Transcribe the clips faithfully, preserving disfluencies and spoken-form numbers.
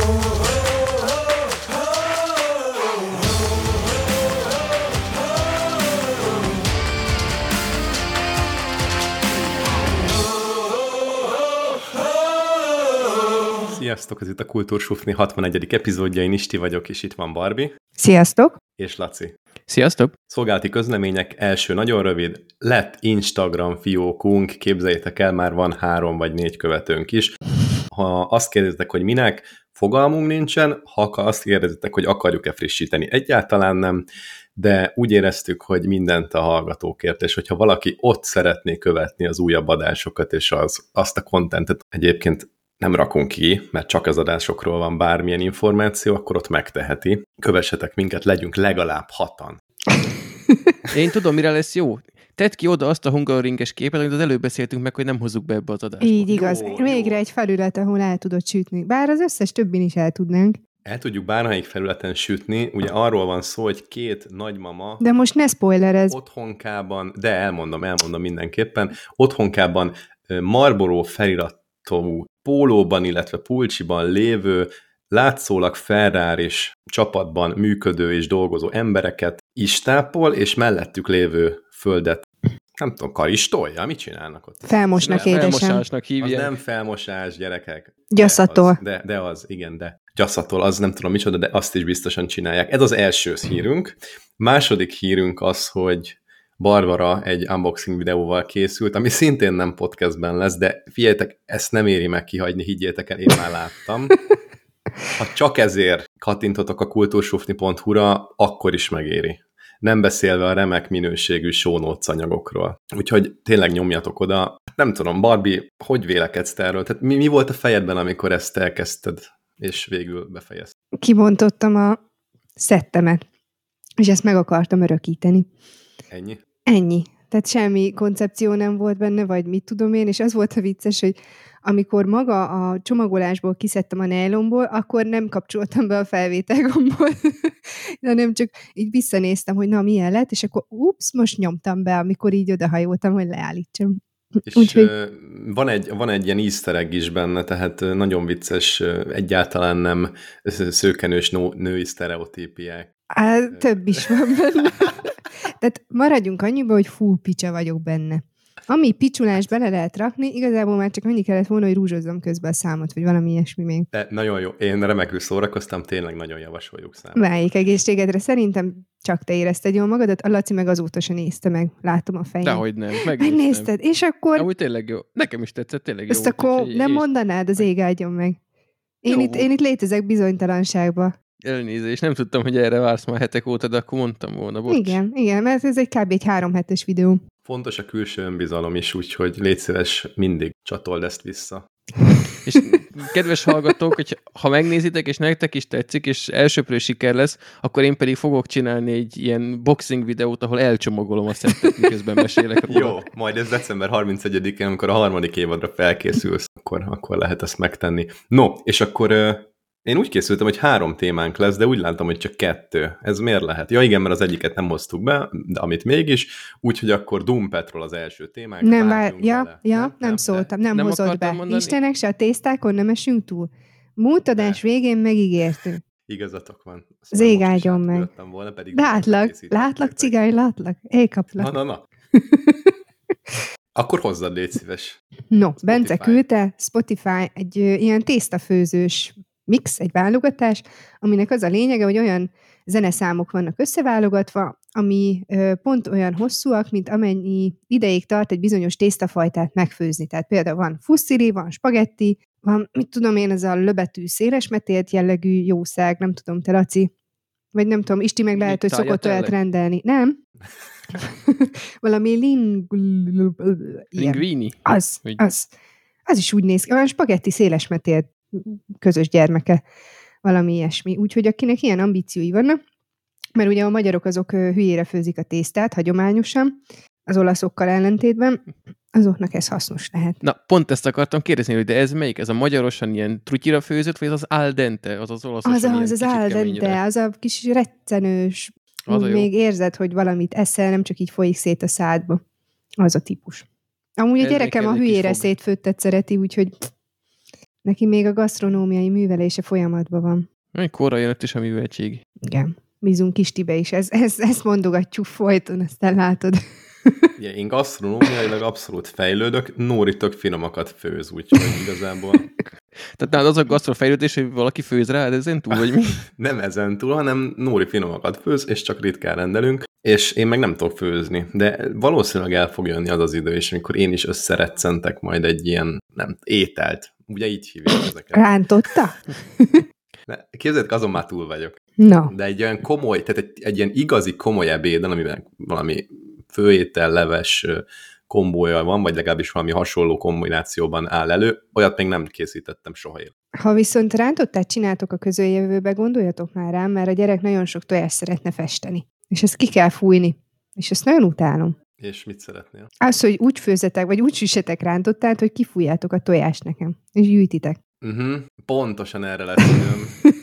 Sziasztok, ez itt a Kultúrsufni hatvanegyedik epizódja, én Isti vagyok, és itt van Barbie. Sziasztok! És Laci. Sziasztok! Szolgálati közlemények, első nagyon rövid, lett Instagram fiókunk, képzeljétek el, már van három vagy négy követőnk is. Ha azt kérdezitek, hogy minek, fogalmunk nincsen, ha azt kérdezitek, hogy akarjuk-e frissíteni, egyáltalán nem, de úgy éreztük, hogy mindent a hallgatókért, és hogyha valaki ott szeretné követni az újabb adásokat, és az, azt a kontentet egyébként nem rakunk ki, mert csak az adásokról van bármilyen információ, akkor ott megteheti. Kövessetek minket, legyünk legalább hatan. Én tudom, mire lesz jó. Tedd ki oda azt a hungaroringes képet, amit az előbb beszéltünk meg, hogy nem hozzuk be ebbe az adásba. Így igaz. Jó, Végre jó. egy felület, ahol el tudod sütni. Bár az összes többin is el tudnánk. El tudjuk bármelyik felületen sütni, ugye arról van szó, hogy két nagymama De most ne spoilerezz. otthonkában, de elmondom, elmondom mindenképpen, otthonkában Marlboro feliratú pólóban, illetve pulcsiban lévő, látszólag Ferraris csapatban működő és dolgozó embereket is tápol, és mellettük lévő földet, nem tudom, karistolja? Mit csinálnak ott? Felmosnak, Nem, édesem. Felmosásnak Az hívják. nem felmosás, gyerekek. Gyaszatol. De, az, de, de az, igen, de gyaszatol, az nem tudom micsoda, de azt is biztosan csinálják. Ez az első hírünk. Második hírünk az, hogy Barbara egy unboxing videóval készült, ami szintén nem podcastben lesz, de figyeljetek, ezt nem éri meg kihagyni, higgyétek el, én már láttam. Ha csak ezért kattintotok a kultursufni pont hu-ra, akkor is megéri. Nem beszélve a remek minőségű show notes anyagokról. Úgyhogy tényleg nyomjatok oda. Nem tudom, Barbie, hogy vélekedsz te erről? Tehát mi, mi volt a fejedben, amikor ezt elkezdted, és végül befejezted? Kibontottam a szettemet, és ezt meg akartam örökíteni. Ennyi? Ennyi. Tehát semmi koncepció nem volt benne, vagy mit tudom én, és az volt a vicces, hogy amikor maga a csomagolásból kiszedtem a nejlomból, akkor nem kapcsoltam be a felvételgombot, hanem csak így visszanéztem, hogy na, milyen lett, és akkor ups, most nyomtam be, amikor így odahajoltam, hogy leállítsam. És Úgyhogy... van, egy, van egy ilyen easter egg is benne, tehát nagyon vicces, egyáltalán nem szőkenős női sztereotípiák. Á, több is van benne. Tehát maradjunk annyiba, hogy full picsa vagyok benne. Ami picsulást bele lehet rakni, igazából már csak annyi kellett volna, hogy rúzsozzam közben a számot, vagy valami ilyesmi még. De nagyon jó. Én remekül szórakoztam, tényleg nagyon javasoljuk számot. Váljék egészségedre. Szerintem csak te érezted jól magadat, a Laci meg azóta se nézte meg. Látom a fején. Dehogy nem. Megnéztem. Megnézted, és akkor... Amúgy tényleg jó. Nekem is tetszett, tényleg jó. Ezt akkor Úgyhogy nem és- mondanád, az ég áldjon meg. Én itt, én itt létezek bizonytalanságba. Elnézést, nem tudtam, hogy erre vársz már hetek óta, de akkor mondtam volna, bocs. Igen, igen, mert ez egy kb. Egy három hetes videó. Fontos a külső önbizalom is, úgyhogy légy szíves, mindig csatold ezt vissza. És kedves hallgatók, hogy ha megnézitek, és nektek is tetszik, és elsőprő siker lesz, akkor én pedig fogok csinálni egy ilyen boxing videót, ahol elcsomagolom a szettet, miközben mesélek róla. Jó, majd ez december harmincegyedikén, amikor a harmadik évadra felkészülsz, akkor, akkor lehet ezt megtenni. No, és akkor ö, én úgy készültem, hogy három témánk lesz, de úgy láttam, hogy csak kettő. Ez miért lehet? Ja igen, mert az egyiket nem hoztuk be, de amit mégis, úgyhogy akkor Doom Patrol az első témánk. Nem, vár, vágjunk ja, bele. ja, nem, nem szóltam, nem, Nem hozott be. akartam mondani? Istenek se a tésztákon nem esünk túl. Múlt adás végén megígértünk. Igazatok van. Azt Az már ég most is áldjon meg. átgondoltam Volna, pedig Látlak, készítettétek. látlak, cigány, látlak. Éjkaplak. Na, na, na. Akkor hozzad, légy szíves. No, Bence Spotify. küldte Spotify egy ö, ilyen tésztafőzős mix, egy válogatás, aminek az a lényege, hogy olyan zeneszámok vannak összeválogatva, ami ö, pont olyan hosszúak, mint amennyi ideig tart egy bizonyos tésztafajtát megfőzni. Tehát például van fuszili, van spagetti, van, mit tudom én, ez a löbetű szélesmetélt jellegű jószág, nem tudom, te Laci, vagy nem tudom, Isti meg lehet, hogy szokott olyat Tagliatelle? rendelni. Nem? Valami ling... ilyen. Linguini. Az, Hogy- az. Az is úgy néz ki, olyan spagetti szélesmetélt közös gyermeke, valami ilyesmi. Úgyhogy akinek ilyen ambíciói vannak, mert ugye a magyarok azok ö, hülyére főzik a tésztát, hagyományosan, az olaszokkal ellentétben, azoknak ez hasznos lehet. Na, pont ezt akartam kérdezni, hogy de ez melyik? Ez a magyarosan ilyen trutyira főzött, vagy az az al dente? Az az olaszosan Az ilyen az, az kicsit al keményre? dente, az a kis reccenős, Az a úgy jó. még érzed, hogy valamit eszel, nem csak így folyik szét a szádba. Az a típus. Amúgy a Ez gyerekem neked a egy kis hülyére fog. szétfőttet szereti, úgyhogy Neki még a gasztronómiai művelése folyamatban van. Egy korra jött is a műveltség. Igen. Bízunk Kistibe is. Ez, ez, ezt mondogatjuk folyton, aztán látod. Ja, én gasztronómiailag abszolút fejlődök, Nóri tök finomakat főz, úgyhogy igazából... Tehát nálad az a gasztrofejlődés, hogy valaki főz rád ezen túl, vagy mi? Nem ezen túl, hanem Nóri finomakat főz, és csak ritkán rendelünk, és én meg nem tudok főzni. De valószínűleg el fog jönni az az idő, és amikor én is összeretszentek majd egy ilyen, nem, ételt. Ugye így hívják ezeket. Rántotta? Képzeld, azon már túl vagyok. No. De egy olyan komoly, tehát egy, egy ilyen igazi komoly ebéden, amiben valami főétel, leves kombója van, vagy legalábbis valami hasonló kombinációban áll elő, olyat még nem készítettem soha él. Ha viszont rántottát csináltok a közeljövőbe, gondoljatok már rám, mert a gyerek nagyon sok tojást szeretne festeni. És ezt ki kell fújni. És ezt nagyon utálom. És mit szeretnél? Az, hogy úgy főzetek, vagy úgy süssetek rántottát, hogy kifújjátok a tojást nekem. És gyűjtitek. Uh-huh. Pontosan erre lesz időm.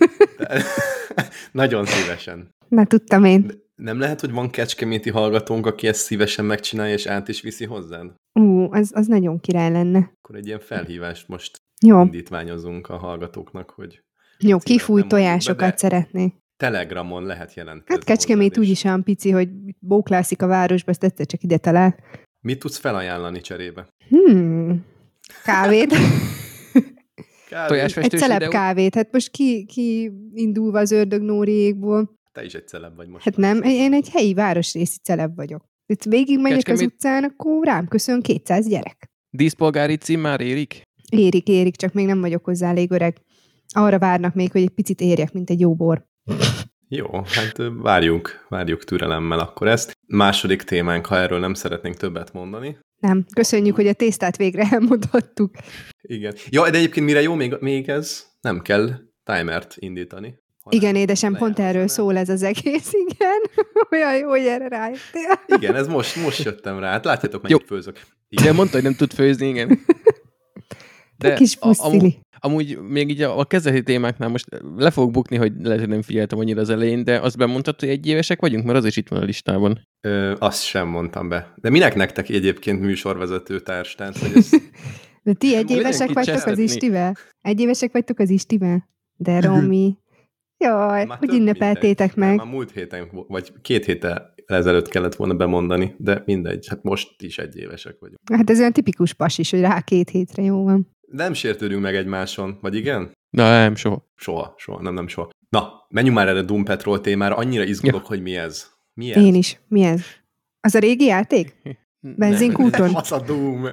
Nagyon szívesen. Na, tudtam én. De nem lehet, hogy van kecskeméti hallgatónk, aki ezt szívesen megcsinálja, és át is viszi hozzád? Ú, az, az nagyon király lenne. Akkor egy ilyen felhívást most Jó. indítványozunk a hallgatóknak, hogy... Jó, kifúj tojásokat be, szeretnék. Telegramon lehet jelentkezni. Hát Kecskemét úgyis olyan pici, hogy bóklászik a városba, ezt egyszer csak ide talál. Mit tudsz felajánlani cserébe? Hmm, kávét. Tojásfestős egy celeb videó? kávét. Hát most ki, ki indulva az ördög Nóriékból? Te is egy celeb vagy most. Hát nem, én egy helyi városrészi celeb vagyok. Itt végig megyek Kecskemét... az utcán, akkor rám köszön kétszáz gyerek. Díszpolgári cím már érik? Érik, érik, csak még nem vagyok hozzá elég öreg. Arra várnak még, hogy egy picit érjek, mint egy jó bor. Jó, hát várjuk, várjuk türelemmel akkor ezt. Második témánk, ha erről nem szeretnénk többet mondani. Nem, köszönjük, hogy a tésztát végre elmondhattuk. Igen. Ja, de egyébként mire jó még, még ez? Nem kell timert indítani. Igen, édesem, pont erről nem. szól ez az egész, igen. Olyan jó, hogy erre rájöttél. Igen, ez most, most jöttem rá. Hát látjátok, mennyit főzök. Igen, mondta, hogy nem tud főzni, igen. De kis pusztili. Amúgy, amúgy még így a, a kezdeti témáknál most le fogok bukni, hogy lehet, hogy nem figyeltem annyira az elején, de azt bemondtad, hogy egy évesek vagyunk, mert az is itt van a listában. Ö, azt sem mondtam be. De minek nektek egyébként műsorvezető társ? Tehát, hogy ez... De ti egy évesek vagytok az Istivel? Egy évesek vagytok az Istivel? De Romi... Jaj, már hogy ünnepeltétek meg. Már múlt héten, vagy két héttel ezelőtt kellett volna bemondani, de mindegy, hát most is egy évesek vagyunk. Hát ez olyan tipikus pasis, hogy rá két hétre jó van. Nem sértődünk meg egymáson, vagy igen? Na, nem, soha. Soha, soha, nem, nem soha. Na, menjünk már erre Doom Patrol témára, annyira izgulok, ja. hogy mi ez. Mi ez? Én is, mi ez? Az a régi játék? Benzinkúton? Nem, az a Doom.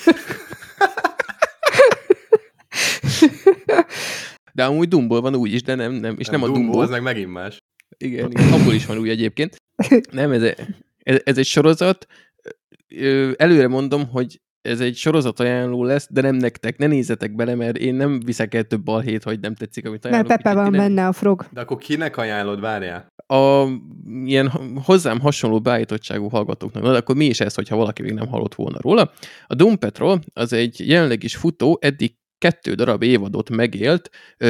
De amúgy Doomból van úgy is, de nem, nem. És nem, nem a Doomból. Az meg megint más. Igen, igen, abból is van úgy egyébként. Nem, ez, ez, ez egy sorozat. Előre mondom, hogy ez egy sorozat ajánló lesz, de nem nektek, ne nézzetek bele, mert én nem viszek el több balhét, hogy nem tetszik, amit ajánlok. Mert Pepe van nem... benne a frog. De akkor kinek ajánlod, várjál? A ilyen hozzám hasonló beállítottságú hallgatóknak. Na, de akkor mi is ez, hogyha valaki még nem hallott volna róla? A Doom Patrol az egy jelenleg is futó, eddig kettő darab évadot megélt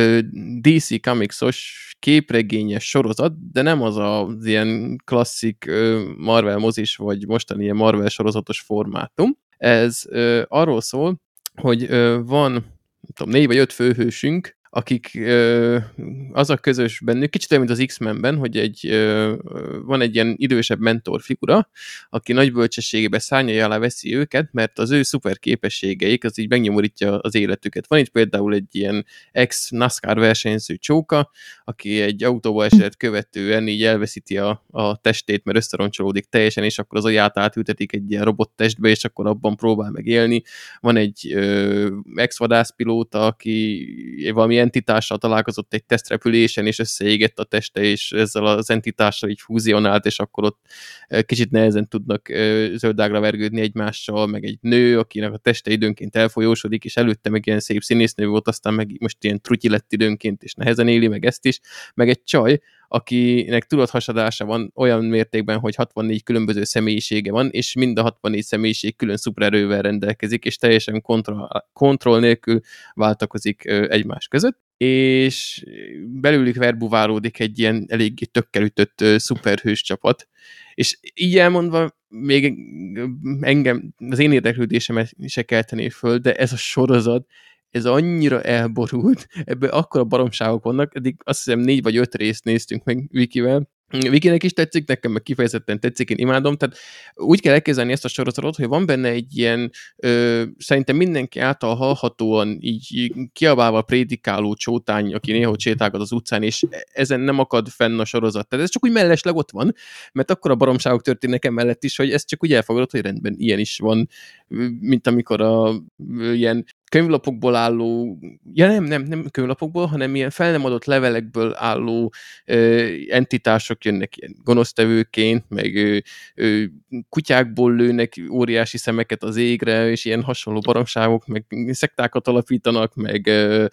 dé cé Comics-os képregényes sorozat, de nem az az ilyen klasszik Marvel mozis, vagy mostani ilyen Marvel sorozatos formátum. Ez arról szól, hogy van nem tudom, négy vagy öt főhősünk, akik ö, az a közös bennük, kicsit olyan, mint az X-Menben, hogy egy, ö, van egy ilyen idősebb mentor figura, aki nagy bölcsességében szárnyai alá veszi őket, mert az ő szuper képességeik az így megnyomorítja az életüket. Van itt például egy ilyen ex-NASCAR versenyző csóka, aki egy autóba esett követően így elveszíti a, a testét, mert összeroncsolódik teljesen, és akkor az agyát átültetik egy ilyen robottestbe, és akkor abban próbál megélni. Van egy ö, ex-vadászpilóta, aki valami entitással találkozott egy tesztrepülésen, és összeégett a teste, és ezzel az entitással így fúzionált, és akkor ott kicsit nehezen tudnak zöldágra vergődni egymással, meg egy nő, akinek a teste időnként elfolyósodik, és előtte meg ilyen szép színésznő volt, aztán meg most ilyen trutyi lett időnként, és nehezen éli meg ezt is, meg egy csaj, akinek tudathasadása van olyan mértékben, hogy hatvannégy különböző személyisége van, és mind a hatvannégy személyiség külön szupererővel rendelkezik, és teljesen kontroll, kontroll nélkül váltakozik egymás között, és belőlük verbuválódik egy ilyen eléggé tökkelütött szuperhős csapat, és így elmondva még engem, az én érdeklődésemet se keltené föl, de ez a sorozat ez annyira elborult, ebből akkora baromságok vannak, eddig azt hiszem négy vagy öt részt néztünk meg Vikivel. Vikinek is tetszik, nekem meg kifejezetten tetszik, én imádom, tehát úgy kell elképzelni ezt a sorozatot, hogy van benne egy ilyen, ö, szerintem mindenki által hallhatóan így kiabálva prédikáló csótány, aki néha sétálgat az utcán, és ezen nem akad fenn a sorozat. Tehát ez csak úgy mellesleg ott van, mert akkor a baromságok történnek emellett is, hogy ez csak úgy elfogadott, hogy rendben ilyen is van, mint amikor a ilyen könyvlapokból álló, ja nem, nem, nem könyvlapokból, hanem ilyen fel nem adott levelekből álló ö, entitások jönnek ilyen gonosztevőként, meg ö, ö, kutyákból lőnek óriási szemeket az égre, és ilyen hasonló baromságok, meg szektákat alapítanak, meg ö,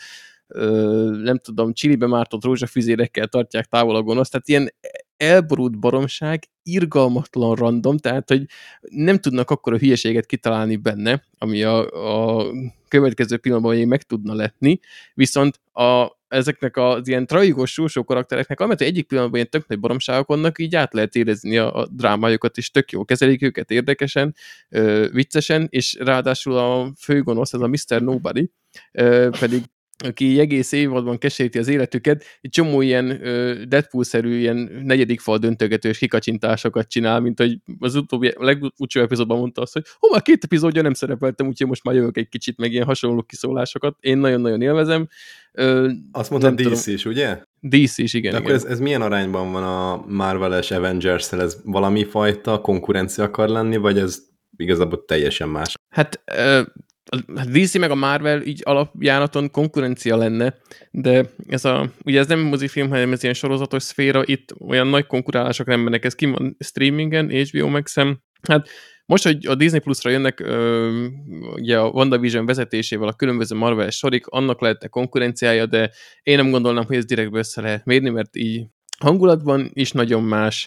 ö, nem tudom, csilibe mártott rózsafüzérekkel tartják távol a gonosz, tehát ilyen elborult baromság, irgalmatlan random, tehát, hogy nem tudnak akkora hülyeséget kitalálni benne, ami a, a következő pillanatban még meg tudna letni, viszont a, ezeknek az ilyen tragikus súsó karaktereknek, amelyet egyik pillanatban ilyen tök nagy baromságok vannak, így át lehet érezni a, a drámájukat, és tök jó kezelik őket érdekesen, ö, viccesen, és ráadásul a főgonosz, ez a miszter Nobody, ö, pedig aki egész évadban keseríti az életüket, egy csomó ilyen uh, Deadpool-szerű, ilyen negyedik fal döntögetős kikacsintásokat csinál, mint hogy az utóbbi, a legutolsó epizódban mondta azt, hogy ó, már két epizódja nem szerepeltem, úgyhogy most már jövök egy kicsit, meg ilyen hasonló kiszólásokat. Én nagyon-nagyon élvezem. Uh, azt mondtad dé cé is, ugye? dé cé is, igen. De igen. akkor ez, ez milyen arányban van a Marvel-es Avengers-szel? Ez valami fajta konkurencia akar lenni, vagy ez igazából teljesen más? Hát... Uh, a dé cé meg a Marvel így alapjáraton konkurencia lenne, de ez a, ugye ez nem mozifilm, hanem ez ilyen sorozatos szféra, itt olyan nagy konkurálások nem mennek, ez ki van streamingen, há bé o Maxen. Hát most, hogy a Disney Plus-ra jönnek ö, ugye a WandaVision vezetésével a különböző Marvel-es sorik, annak lehetne konkurenciája, de én nem gondolnám, hogy ez direktbe össze lehet mérni, mert így hangulatban is nagyon más,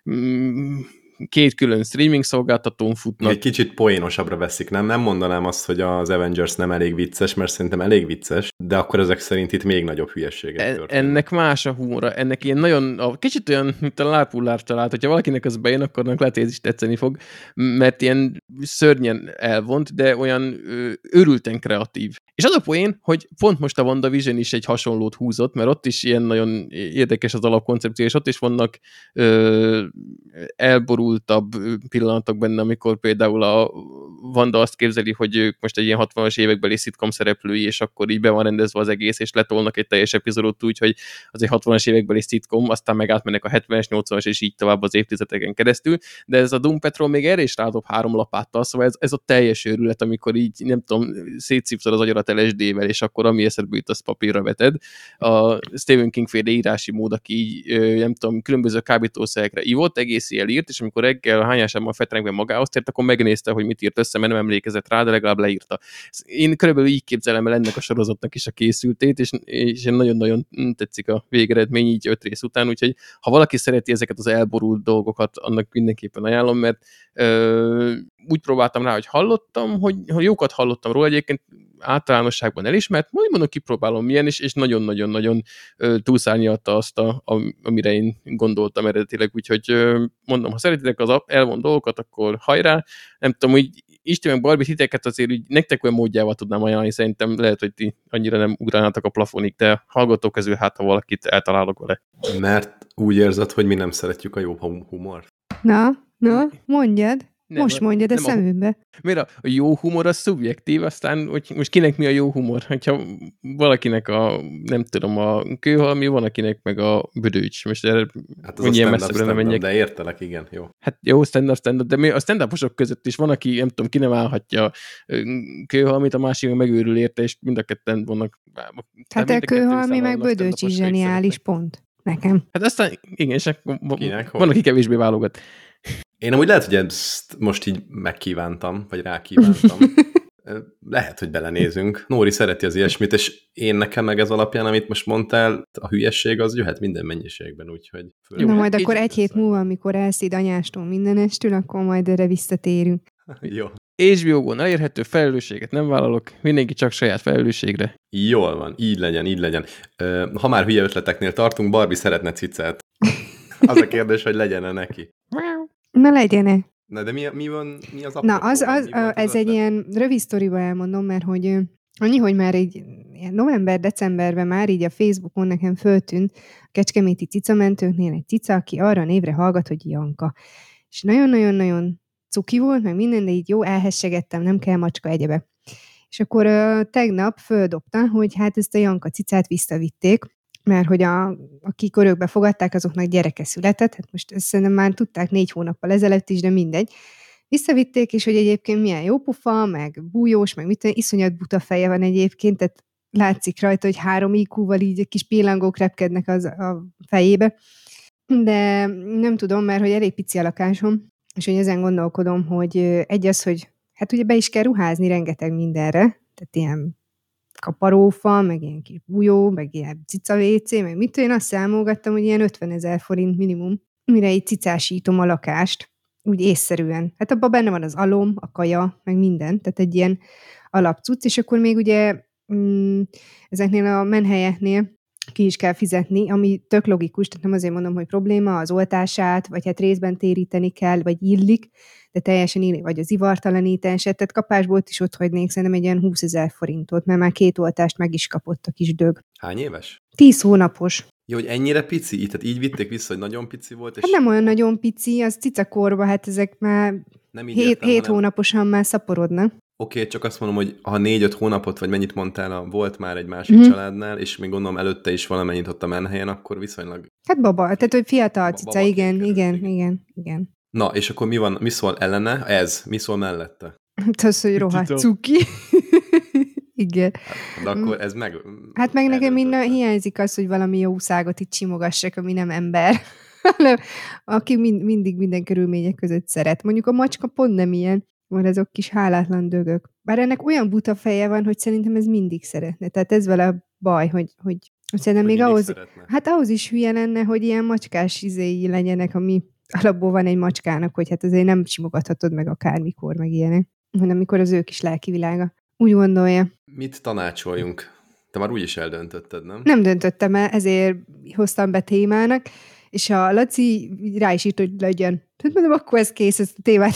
mm, két külön streaming szolgáltatón futnak. Egy kicsit poénosabbra veszik, nem? Nem mondanám azt, hogy az Avengers nem elég vicces, mert szerintem elég vicces, de akkor ezek szerint itt még nagyobb hülyeségek en, történnek. Ennek más a humora, ennek ilyen nagyon, a, kicsit olyan, mint a Lárpullár talált, hogyha valakinek az bejön, akkor lehet, hogy ez is tetszeni fog, mert ilyen szörnyen elvont, de olyan ö, őrülten kreatív. És az a poén, hogy pont most a WandaVision is egy hasonlót húzott, mert ott is ilyen nagyon érdekes az alapkoncepció, és ott is vannak ö, elborultabb pillanatok benne, amikor például a Wanda azt képzeli, hogy ők most egy ilyen hatvanas évekbeli szitkom szereplői, és akkor így be van rendezve az egész, és letolnak egy teljes epizódot úgy, hogy az egy hatvanas évekbeli szitkom, aztán meg átmennek a hetvenes, nyolcvanas, és így tovább az évtizedeken keresztül, de ez a Doom Patrol még erre is rádob három lapáttal, szóval ez, ez a teljes őrület, amikor így, nem tudom, szétszívtad az agyarat el es dé-vel, és akkor ami eszedbe jut, azt papírra veted. A Stephen King féle írási mód, aki így, nem tudom, különböző kábítószerekre ivott, egész éjjel írt, és amikor reggel a hányásában a fetrengben magához tért, akkor megnézte, hogy mit írt össze, mert nem emlékezett rá, de legalább leírta. Én körülbelül így képzelem el ennek a sorozatnak is a készültét, és, és nagyon-nagyon tetszik a végeredmény így öt rész után, úgyhogy ha valaki szereti ezeket az elborult dolgokat, annak mindenképpen ajánlom, mert ö, úgy próbáltam rá, hogy hallottam, hogy, hogy jókat hallottam róla, egyébként általánosságban elismert, majd mondom, kipróbálom milyen, és, és nagyon-nagyon-nagyon túlszárnyalta azt, a, a, amire én gondoltam eredetileg, úgyhogy ö, mondom, ha szeretitek az elvont dolgokat, akkor hajrá, nem tudom, hogy Isten meg Barbie titeket azért úgy nektek olyan módjával tudnám ajánlani, szerintem lehet, hogy ti annyira nem ugrálnátok a plafonig, de hallgatók közül hát, ha valakit eltalálok vele. Mert úgy érzed, hogy mi nem szeretjük a jó humort. Na, na, mondjad. Nem, most mondjad a szemünkbe. A, miért a, a jó humor az szubjektív, aztán hogy most kinek mi a jó humor? Hogyha valakinek a, nem tudom, a kőhalmi, van akinek meg a bödőcs. Most erre hát az a stand-up, stand-up, de értelek, igen, jó. Hát jó, stand-up, stand-up, de mi a stand-uposok között is van, aki, nem tudom, ki nem állhatja kőhalmit, a másik megőrül érte, és mind a ketten vannak. Hát a kőhalmi meg bödőcs is zseniális, pont. Nekem. Hát aztán, igen, és van, aki kevésbé válogat. Én amúgy lehet, hogy ezt most így megkívántam, vagy rákívántam. Lehet, hogy belenézünk. Nóri szereti az ilyesmit, és én nekem meg ez alapján, amit most mondtál, a hülyesség az jöhet minden mennyiségben, úgyhogy... Jó, na majd akkor egy hét múlva, amikor elszíd anyástól mindenestül, akkor majd erre visszatérünk. Jó. há bé o-gon elérhető, felelősséget nem vállalok, mindenki csak saját felelősségre. Jól van, így legyen, így legyen. Ha már hülye ötleteknél tartunk, Barbie szeretne cicát. Az a kérdés, hogy legyen-e neki. Na legyen-e. Na de mi, mi van, mi az Na, az, az, az ez egy ilyen rövid sztoriba elmondom, mert hogy Annyi, hogy már így ilyen november-decemberben már így a Facebookon nekem föltűnt a kecskeméti cicamentőknél egy cica, aki arra a névre hallgat, hogy Janka. És nagyon-nagyon-nagyon cuki volt, meg minden, de így jó, elhessegettem, nem kell macska egyebe. És akkor uh, tegnap földobta, hogy hát ezt a Janka cicát visszavitték, mert hogy a, akik örökbe fogadták, azoknak gyereke született, hát most ezt szerintem már tudták négy hónappal ezelőtt is, de mindegy. Visszavitték, és hogy egyébként milyen jó pufa, meg bújós, meg mit tudom, iszonyat buta feje van egyébként, tehát látszik rajta, hogy három í kú-val így egy kis pillangók repkednek az a fejébe. De nem tudom, mert hogy elég pici a lakásom, és hogy ezen gondolkodom, hogy egy az, hogy hát ugye be is kell ruházni rengeteg mindenre, tehát ilyen kaparófa, meg ilyen kis bujó, meg ilyen cica vé cé, meg mit tudom, én azt számolgattam, hogy ilyen ötvenezer forint minimum, mire így cicásítom a lakást, úgy észszerűen. Hát abban benne van az alom, a kaja, meg minden, tehát egy ilyen alapcucc, és akkor még ugye mm, ezeknél a menhelyeknél ki is kell fizetni, ami tök logikus, tehát nem azért mondom, hogy probléma az oltását, vagy hát részben téríteni kell, vagy illik, de teljesen illik, vagy az ivartalanítását, tehát kapásból is ott hagynék szerintem egy ilyen húszezer forintot, mert már két oltást meg is kapott a kis dög. Hány éves? Tíz hónapos. Jó, hogy ennyire pici? Így, tehát így vitték vissza, hogy nagyon pici volt? És hát nem olyan nagyon pici, az cicakorba, hát ezek már nem hét, értem, hét hanem... hónaposan már szaporodnak. Oké, okay, csak azt mondom, hogy ha négy-öt hónapot, vagy mennyit mondtál, volt már egy másik mm-hmm. családnál, és még gondolom előtte is valamennyit ott a menhelyen, akkor viszonylag... Hát baba, tehát hogy fiatal cica, igen, igen, igen, igen, igen. Na, és akkor mi van, mi szól ellene? Ez, mi szól mellette? Hát az, hogy rohadt cuki. Igen. Hát, de akkor ez meg... Hát meg nekem minden hiányzik az, hogy valami jó úszágot itt simogassak, ami nem ember, hanem aki mind, mindig minden körülmények között szeret. Mondjuk a macska pont nem ilyen, mert azok kis hálátlan dögök. Bár ennek olyan buta feje van, hogy szerintem ez mindig szeretne. Tehát ez vele a baj, hogy, hogy, hogy szerintem hogy még ahhoz, szeretne. Hát ahhoz is hülye lenne, hogy ilyen macskás izéi legyenek, ami alapból van egy macskának, hogy hát azért nem simogathatod meg akármikor, meg ilyenek, hanem amikor az ő kis lelki világa. Úgy gondolja. Mit tanácsoljunk? Te már úgyis eldöntötted, nem? Nem döntöttem el, ezért hoztam be témának, és a Laci rá is írt, hogy legyen. Tehát mondom, akkor ez kész, ezt a témát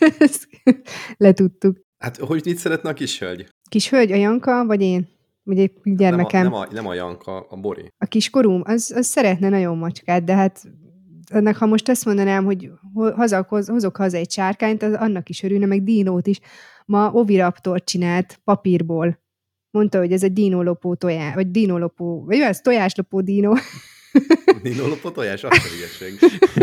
letudtuk. Hát, hogy mit szeretne a kishölgy? Kishölgy, a Janka, vagy én? Vagy egy gyermekem? Nem a, nem a, nem a Janka, a Bori. A kiskorúm, az, az szeretne nagyon macskát, de hát annak, ha most azt mondanám, hogy hazahoz, hozok haza egy sárkányt, az annak is örülne, meg dinót is. Ma oviraptort csinált papírból. Mondta, hogy ez egy dinólopó tojás, vagy dinólopó, vagy ez tojáslopó dinó. Dinólopó tojás, az a hülyeség.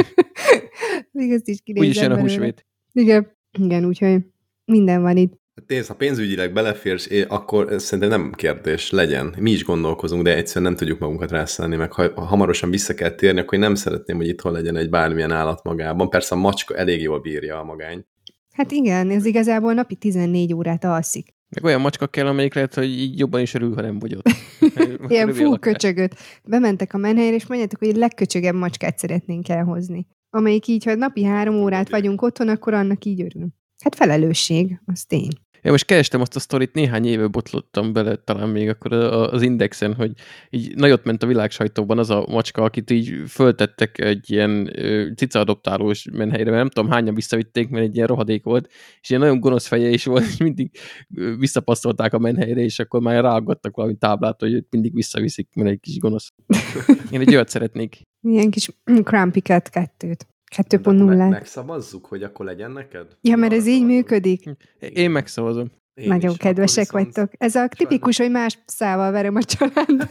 Ezt is kinézem. Úgyis jön a húsvét. Igen, igen, úgyhogy minden van itt. Nézd, ha pénzügyileg beleférsz, akkor szerintem nem kérdés, legyen. Mi is gondolkozunk, de egyszerűen nem tudjuk magunkat rászállni, meg ha hamarosan vissza kell térni, akkor én nem szeretném, hogy itthon legyen egy bármilyen állat magában. Persze a macska elég jól bírja a magány. Hát igen, ez igazából napi tizennégy órát alszik. Meg olyan macska kell, amelyik lehet, hogy így jobban is örül, ha nem vagy ott. Ilyen full köcsögöt. Bementek a menhelyre, és mondjátok, hogy egy legköcsögebb macskát szeretnénk elhozni. Amelyik így, ha napi három órát vagyunk otthon, akkor annak így örül. Hát felelősség, az tény. Én most kerestem azt a sztorit, néhány éve botlottam bele, talán még akkor az Indexen, hogy így nagyot ment a világsajtóban az a macska, akit így föltettek egy ilyen cica-adoptálós menhelyre, mert nem tudom, hányan visszavitték, mert egy ilyen rohadék volt, és ilyen nagyon gonosz feje is volt, és mindig visszapasszolták a menhelyre, és akkor már ráaggattak valami táblát, hogy mindig visszaviszik, mert egy kis gonosz. Én egy olyat szeretnék. Ilyen kis Crumpy Cat kettőt. kettő pont nulla. Me- megszavazzuk, hogy akkor legyen neked? Ja, mert ez így működik. Én megszavazom. Én Nagyon is. Kedvesek viszont... vagytok. Ez a tipikus, hogy más szával verem a családba.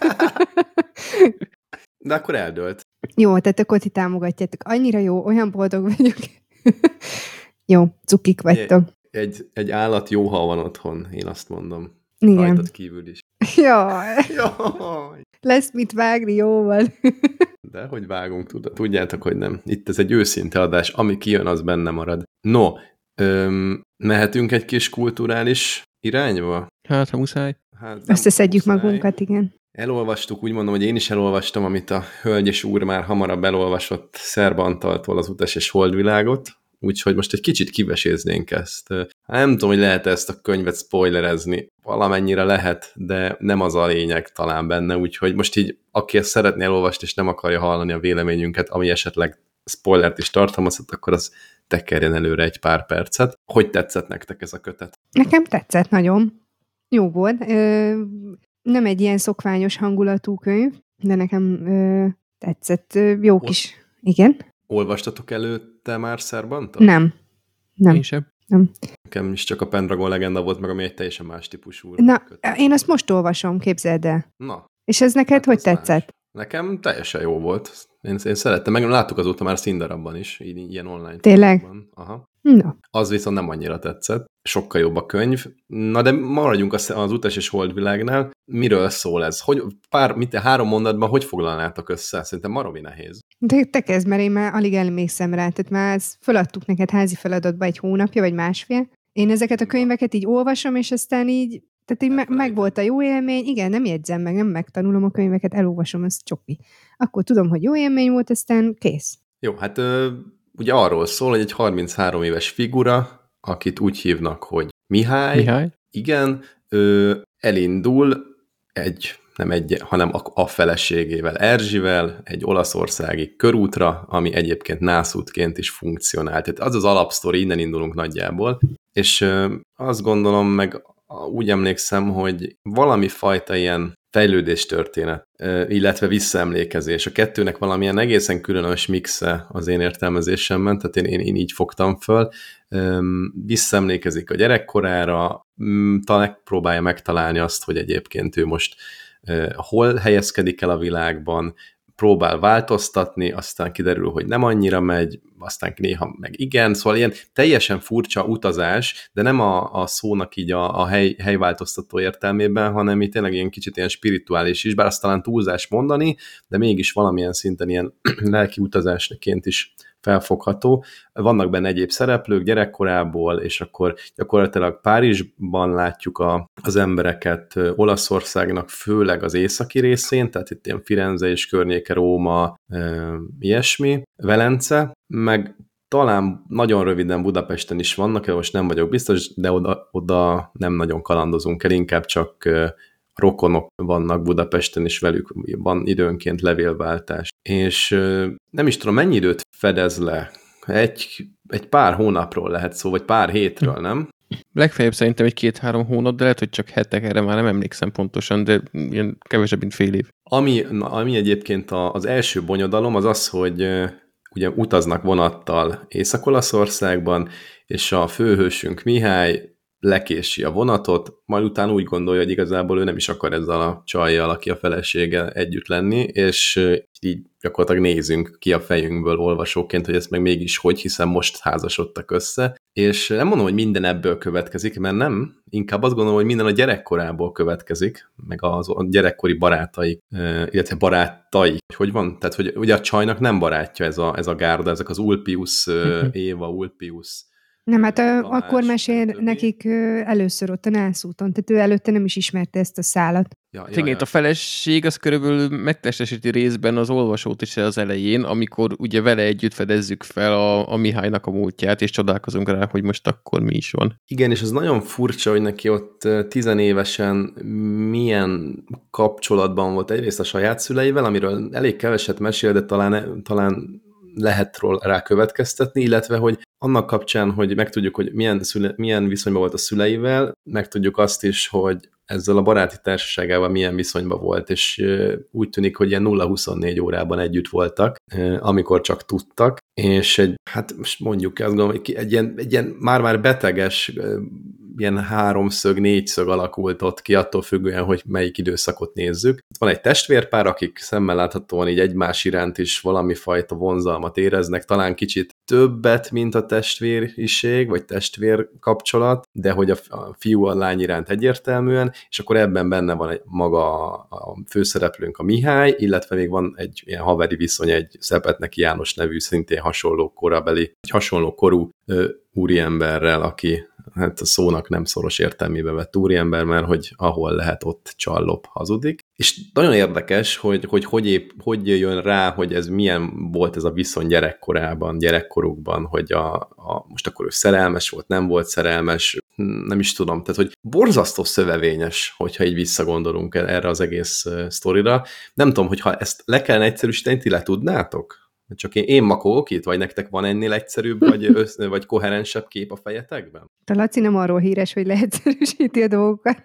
De akkor eldőlt. Jó, tehát akkor ti támogatjátok. Annyira jó, olyan boldog vagyok. Jó, cukik vagytok. Egy, egy, egy állat jó, ha van otthon, én azt mondom. Igen. Rajtad kívül is. Jaj. Jaj. Lesz mit vágni, jóval. De hogy vágunk, tudjátok, hogy nem. Itt ez egy őszinte adás, ami kijön, az benne marad. No, öm, mehetünk egy kis kulturális irányba? Hát, ha muszáj. Hát, összeszedjük muszáj. Magunkat, igen. Elolvastuk, úgy mondom, hogy én is elolvastam, amit a hölgy és úr már hamarabb elolvasott Szerb Antaltól, az Utas és Holdvilágot, úgyhogy most egy kicsit kiveséznénk ezt. Nem tudom, hogy lehet ezt a könyvet spoilerezni. Valamennyire lehet, de nem az a lényeg talán benne, úgyhogy most így, aki ezt szeretné elolvasni, és nem akarja hallani a véleményünket, ami esetleg spoilert is tartalmazott, akkor az tekerjen előre egy pár percet. Hogy tetszett nektek ez a kötet? Nekem tetszett nagyon. jó volt. Ö, nem egy ilyen szokványos hangulatú könyv, de nekem ö, tetszett. Ö, jó kis... Igen? Olvastatok előtte már Szerbantot? Nem. Nem. Én sem. Nem. Nekem is csak a Pendragon legenda volt, meg ami egy teljesen más típusú. Na, kötet. én azt most olvasom, képzeld el. Na. És ez neked Hát hogy az más. tetszett? Nekem teljesen jó volt. Én, én szerettem, meg láttuk azóta már Színdarabban is, így, ilyen online. Tényleg? formában. Aha. Na. Az viszont nem annyira tetszett. Sokkal jobb a könyv. Na de maradjunk az, az Utas és Holdvilágnál. Miről szól ez? Hogy, pár, mit, három mondatban hogy foglalnátok össze? Szerintem maromi nehéz. De te kezd, mert én már alig emlékszem rá. Tehát már ezt föladtuk neked házi feladatba egy hónapja, vagy másfél. Én ezeket a könyveket így olvasom, és aztán így, tehát így me- meg volt a jó élmény. Igen, nem jegyzem meg, nem megtanulom a könyveket, elolvasom, az csoki. Akkor tudom, hogy jó élmény volt, aztán kész. Jó, hát ö, ugye arról szól, hogy egy harminchárom éves figura, akit úgy hívnak, hogy Mihály. Mihály? Igen, ő elindul egy, nem egy, hanem a, a feleségével, Erzsivel, egy olaszországi körútra, ami egyébként nászútként is funkcionál. Tehát az az alapsztori, innen indulunk nagyjából. És ö, azt gondolom, meg úgy emlékszem, hogy valami fajta ilyen fejlődéstörténet, illetve visszaemlékezés. A kettőnek valamilyen egészen különös mixe az én értelmezésemben, tehát én, én, én így fogtam föl. Visszaemlékezik a gyerekkorára, talán próbálja megtalálni azt, hogy egyébként ő most hol helyezkedik el a világban, próbál változtatni, aztán kiderül, hogy nem annyira megy, aztán néha meg igen, szóval ilyen teljesen furcsa utazás, de nem a, a szónak így a, a hely, helyváltoztató értelmében, hanem így tényleg ilyen kicsit ilyen spirituális is, bár azt talán túlzás mondani, de mégis valamilyen szinten ilyen lelki utazásként is felfogható. Vannak benne egyéb szereplők gyerekkorából, és akkor gyakorlatilag Párizsban látjuk a, az embereket, Olaszországnak főleg az északi részén, tehát itt ilyen Firenze és környéke, Róma, e, ilyesmi, Velence, meg talán nagyon röviden Budapesten is vannak, most nem vagyok biztos, de oda, oda nem nagyon kalandozunk el, inkább csak rokonok vannak Budapesten, és velük van időnként levélváltás. És nem is tudom, mennyi időt fedez le? Egy, egy pár hónapról lehet szó, vagy pár hétről, nem? Legfeljebb szerintem egy két-három hónap, de lehet, hogy csak hetek, erre már nem emlékszem pontosan, de ilyen kevesebb, mint fél év. Ami, ami egyébként az első bonyodalom az az, hogy ugye utaznak vonattal Észak-Olaszországban, és a főhősünk Mihály lekési a vonatot, majd utána úgy gondolja, hogy igazából ő nem is akar ezzel a csajjal, aki a felesége együtt lenni, és így gyakorlatilag nézünk ki a fejünkből olvasóként, hogy ezt meg mégis hogy, hiszen most házasodtak össze. És nem mondom, hogy minden ebből következik, mert nem, inkább azt gondolom, hogy minden a gyerekkorából következik, meg az a gyerekkori barátai, illetve barátai, hogy van? Tehát, hogy ugye a csajnak nem barátja ez a, ez a gárda, ezek az Ulpius, Éva, Ulpius. Nem, hát Tamás, akkor mesél nekik először ott a nászúton, tehát ő előtte nem is ismerte ezt a szálat. Ja, ja, ja. A feleség az körülbelül megtestesíti részben az olvasót is az elején, amikor ugye vele együtt fedezzük fel a, a Mihálynak a múltját, és csodálkozunk rá, hogy most akkor mi is van. Igen, és az nagyon furcsa, hogy neki ott tizenévesen milyen kapcsolatban volt egyrészt a saját szüleivel, amiről elég keveset mesél, de talán, talán lehet rá következtetni, illetve, hogy annak kapcsán, hogy megtudjuk, hogy milyen, szüle, milyen viszonyban volt a szüleivel, megtudjuk azt is, hogy ezzel a baráti társaságával milyen viszonyban volt, és úgy tűnik, hogy ilyen nulla huszonnégy órában együtt voltak, amikor csak tudtak, és egy, hát most mondjuk azt gondolom, hogy egy ilyen, egy ilyen már-már beteges, ilyen háromszög, négyszög alakult ott ki, attól függően, hogy melyik időszakot nézzük. Van egy testvérpár, akik szemmel láthatóan így egymás iránt is valami fajta vonzalmat éreznek, talán kicsit többet, mint a testvériség, vagy testvér kapcsolat, de hogy a fiú a lány iránt egyértelműen, és akkor ebben benne van egy, maga a főszereplőnk, a Mihály, illetve még van egy ilyen haveri viszony egy Szepetneki János nevű, szintén hasonló korabeli, egy hasonló korú ö, úriemberrel, aki hát a szónak nem szoros értelmébe vett úriember, mert hogy ahol lehet, ott csallop, hazudik. És nagyon érdekes, hogy hogy, hogy, épp, hogy jön rá, hogy ez milyen volt ez a viszony gyerekkorában, gyerekkorukban, hogy a, a, most akkor ő szerelmes volt, nem volt szerelmes, nem is tudom. Tehát, hogy borzasztó szövevényes, hogyha így visszagondolunk erre az egész sztorira. Nem tudom, hogyha ezt le kellene egyszerűsíteni, ti le tudnátok? Csak én, én makogok itt, vagy nektek van ennél egyszerűbb, vagy, össz, vagy koherensebb kép a fejetekben? A Laci nem arról híres, hogy leegyszerűsíti a dolgokat.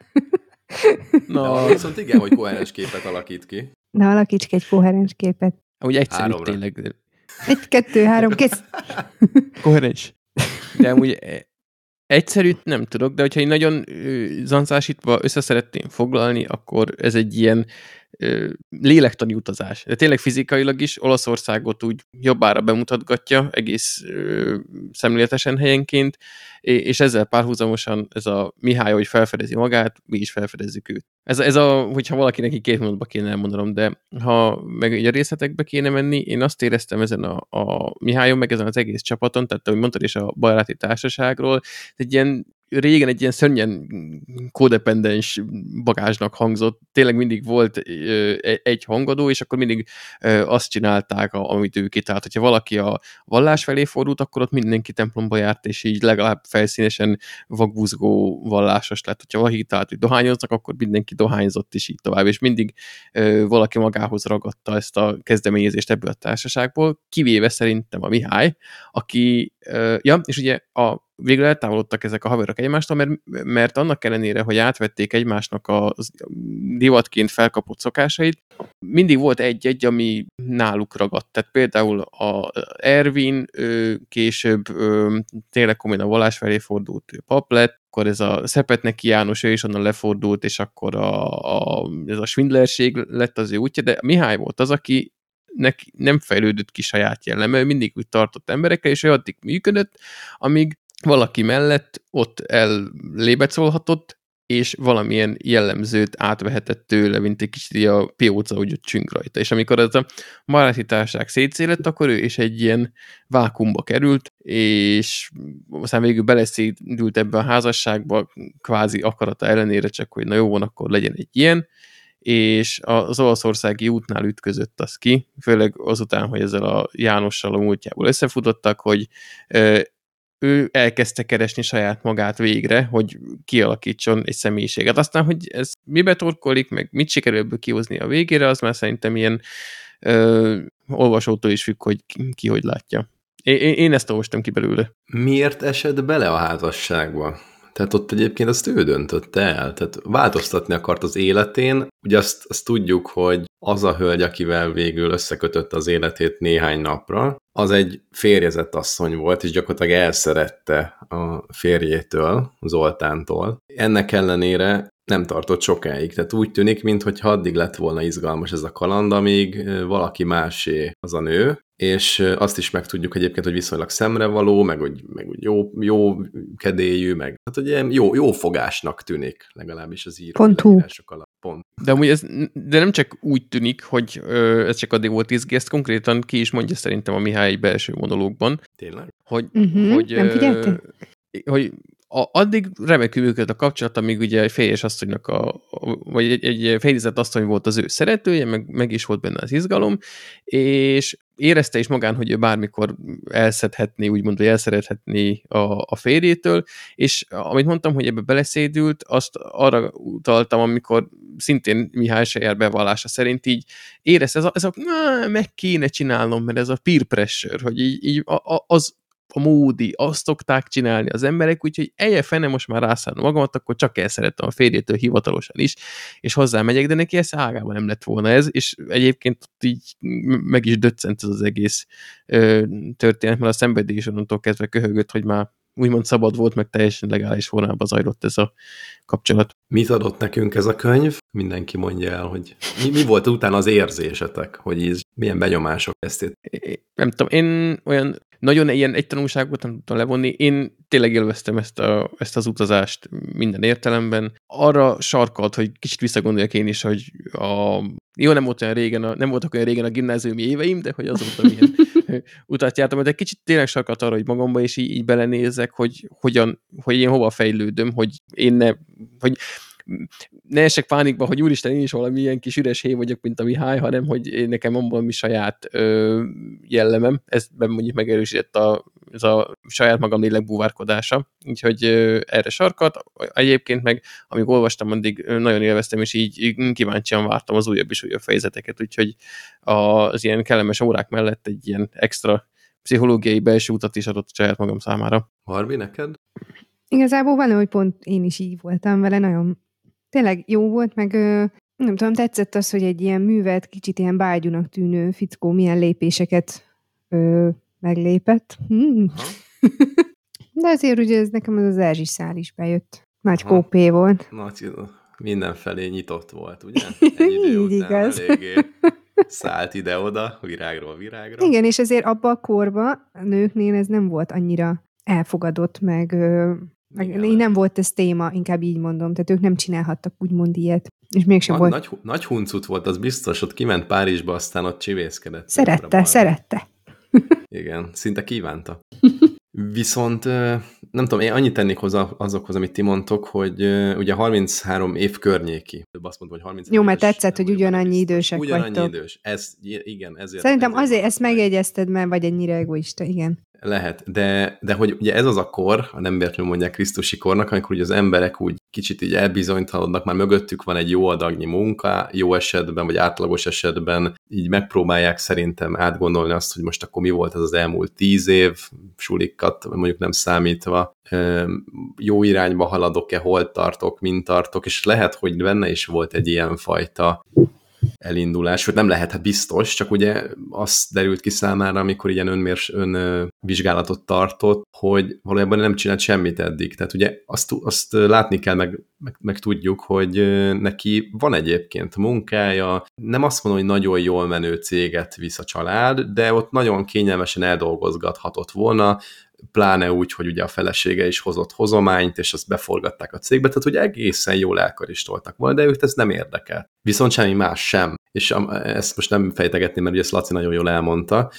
No. De arról viszont igen, hogy koherens képet alakít ki. Na, alakíts ki egy koherens képet. Amúgy egyszerű Háromra. tényleg. Egy, kettő, három, kész. Koherens. De amúgy egyszerű, nem tudok, de hogyha én nagyon zancásítva össze szeretném foglalni, akkor ez egy ilyen ö, lélektani utazás. De tényleg fizikailag is Olaszországot úgy jobbára bemutatgatja, egész ö, szemléletesen helyenként, és ezzel párhuzamosan ez a Mihály, hogy felfedezi magát, mi is felfedezzük őt. Ez, ez a, hogyha valaki neki két mondatba kéne elmondanom, de ha meg a részletekbe kéne menni, én azt éreztem ezen a, a Mihályon, meg ezen az egész csapaton, tehát ahogy mondtad is a baráti társaságról, egy ilyen régen egy ilyen szörnyen kódependens bagázsnak hangzott. Tényleg mindig volt ö, egy hangadó, és akkor mindig ö, azt csinálták, amit ő kitalált. Hogyha valaki a vallás felé fordult, akkor ott mindenki templomba járt, és így legalább felszínesen vakbuzgó vallásos lett. Hogyha valaki kitalált, hogy dohányoznak, akkor mindenki dohányzott, és így tovább. És mindig ö, valaki magához ragadta ezt a kezdeményezést ebből a társaságból, kivéve szerintem a Mihály, aki, ö, ja, és ugye a végül eltávolodtak ezek a haverok egymástól, mert, mert annak ellenére, hogy átvették egymásnak a divatként felkapott szokásait, mindig volt egy-egy, ami náluk ragadt. Tehát például a Ervin ő később ő, tényleg komolyan a vallás felé fordult pap lett, akkor ez a Szepetneki János, ő is onnan lefordult, és akkor a, a, ez a svindlerség lett az ő útja, de Mihály volt az, aki neki nem fejlődött ki saját jelleme, ő mindig úgy tartott emberekkel, és ő addig működött, amíg valaki mellett ott ellébecolhatott, és valamilyen jellemzőt átvehetett tőle, mint egy kicsit a pióca, úgy ott csünk rajta. És amikor ez a baráti társaság szétszélett, akkor ő is egy ilyen vákumba került, és aztán végül beleszédült ebbe a házasságba, kvázi akarata ellenére, csak hogy na jó van, akkor legyen egy ilyen, és az olaszországi útnál ütközött az ki, főleg azután, hogy ezzel a Jánossal a múltjából összefutottak, hogy ő elkezdte keresni saját magát végre, hogy kialakítson egy személyiséget. Aztán, hogy ez mibe torkolik, meg mit sikerül ebből kihozni a végére, az már szerintem ilyen ö, olvasótól is függ, hogy ki, ki hogy látja. Én, én ezt olvastam ki belőle. Miért esett bele a házasságba? Tehát ott egyébként azt ő döntötte el. Tehát változtatni akart az életén. Ugye azt, azt tudjuk, hogy az a hölgy, akivel végül összekötötte az életét néhány napra, az egy férjezett asszony volt, és gyakorlatilag elszerette a férjétől, Zoltántól. Ennek ellenére nem tartott sokáig. Tehát úgy tűnik, mintha addig lett volna izgalmas ez a kaland, amíg valaki másé az a nő, és azt is megtudjuk egyébként, hogy viszonylag szemrevaló, meg hogy, meg hogy jó, jó kedélyű, meg hát ugye jó, jó fogásnak tűnik, legalábbis az írói leírások alatt. Pont. De amúgy ez de nem csak úgy tűnik, hogy ö, ez csak addig volt izgi, ezt konkrétan ki is mondja szerintem a Mihály belső monológban. Tényleg? Hogy, uh-huh, hogy, nem figyeltél? Hogy a, addig remekül működött a kapcsolat, amíg ugye egy férjes asszonynak, a, a, vagy egy, egy férjezett asszony volt az ő szeretője, meg, meg is volt benne az izgalom, és érezte is magán, hogy ő bármikor elszedhetné, úgymond, hogy elszerethetné a, a férjétől, és amit mondtam, hogy ebbe beleszédült, azt arra utaltam, amikor szintén Mihály saját bevallása szerint így érezte, ez a, ez a meg kéne csinálnom, mert ez a peer pressure, hogy így, így a, a, az a módi, azt szokták csinálni az emberek, úgyhogy elje fene, most már rászállom magamat, akkor csak elszerettem a férjétől hivatalosan is, és hozzá megyek, de neki ez ágában nem lett volna ez, és egyébként így meg is döccent ez az egész ö, történet, mert a szenvedés onnantól kezdve köhögött, hogy már úgymond szabad volt, meg teljesen legális formában zajlott ez a kapcsolat. Mit adott nekünk ez a könyv? Mindenki mondja el, hogy mi, mi volt utána az érzésetek, hogy így milyen benyomások ezt? Nem tudom, én olyan nagyon ilyen egy tanulságot nem tudtam levonni. Én tényleg élveztem ezt, a, ezt az utazást minden értelemben. Arra sarkalt, hogy kicsit visszagondoljak én is, hogy a, jó, nem volt olyan régen, a, nem voltak olyan régen a gimnáziumi éveim, de hogy azóta milyen utat jártam, de kicsit tényleg sarkalt arra, hogy magamba is így, így belenézek, hogy hogyan, hogy én hova fejlődöm, hogy én ne, hogy ne esek pánikba, hogy úristen, én is valami ilyen kis üres héj vagyok, mint a Mihály, hanem hogy én nekem van valami saját ö, jellemem. Ezt mondjuk megerősített a ez a saját magam lélek búvárkodása. Úgyhogy erre sarkat. Egyébként meg, amíg olvastam, addig nagyon élveztem, és így kíváncsian vártam az újabb és újabb fejezeteket, úgyhogy az ilyen kellemes órák mellett egy ilyen extra pszichológiai belső utat is adott saját magam számára. Harbi, neked? Igazából valahogy pont én is így voltam vele, nagyon tényleg jó volt, meg nem tudom, tetszett az, hogy egy ilyen művelt, kicsit ilyen bágyúnak tűnő fickó milyen lépéseket ö, meglépett. Hmm. De azért ugye ez nekem az az Erzsi szál is bejött. Nagy Aha. kópé volt. Nagy, mindenfelé nyitott volt, ugye? Egy idő Így után igaz. eléggé szállt ide-oda, virágról virágra. Igen, és azért abban a korban a nőknél ez nem volt annyira elfogadott, meg, meg Igen. nem volt ez téma, inkább így mondom. Tehát ők nem csinálhattak úgymond ilyet. És mégsem Nagy, volt. nagy, nagy huncut volt, az biztos, ott kiment Párizsba, aztán ott csivészkedett. Szerette, szerette. Igen, szinte kívánta. Viszont nem tudom, én annyit tennék hozzá azokhoz, amit ti mondtok, hogy ugye harminchárom év környéki. Azt mondom, hogy harminchárom Jó, mert éves, tetszett, nem hogy ugyanannyi biztos. idősek Ugyanannyi vagytok. idős. Ez, igen, ezért. Szerintem ezért azért van ezt meg. megjegyezted, mert vagy ennyire egoista, igen. Lehet, de, de hogy ugye ez az a kor, ha nem véletlenül mondják Krisztusi kornak, amikor ugye az emberek úgy kicsit így elbizonytalanodnak, már mögöttük van egy jó adagnyi munka, jó esetben, vagy átlagos esetben, így megpróbálják szerintem átgondolni azt, hogy most akkor mi volt ez az elmúlt tíz év, sulikat mondjuk nem számítva, jó irányba haladok-e, hol tartok, mint tartok, és lehet, hogy benne is volt egy ilyen fajta elindulás, hogy nem lehet, hát biztos, csak ugye azt derült ki számára, amikor ilyen önmérs, önvizsgálatot tartott, hogy valójában nem csinált semmit eddig. Tehát ugye azt, azt látni kell, meg, meg, meg tudjuk, hogy neki van egyébként munkája, nem azt mondom, hogy nagyon jól menő céget visz a család, de ott nagyon kényelmesen eldolgozgathatott volna, pláne úgy, hogy ugye a felesége is hozott hozományt, és azt beforgatták a cégbe, tehát ugye egészen jól elkaristoltak volna, de őt ez nem érdekel. Viszont semmi más sem. És ezt most nem fejtegetném, mert ugye ezt Laci nagyon jól elmondta,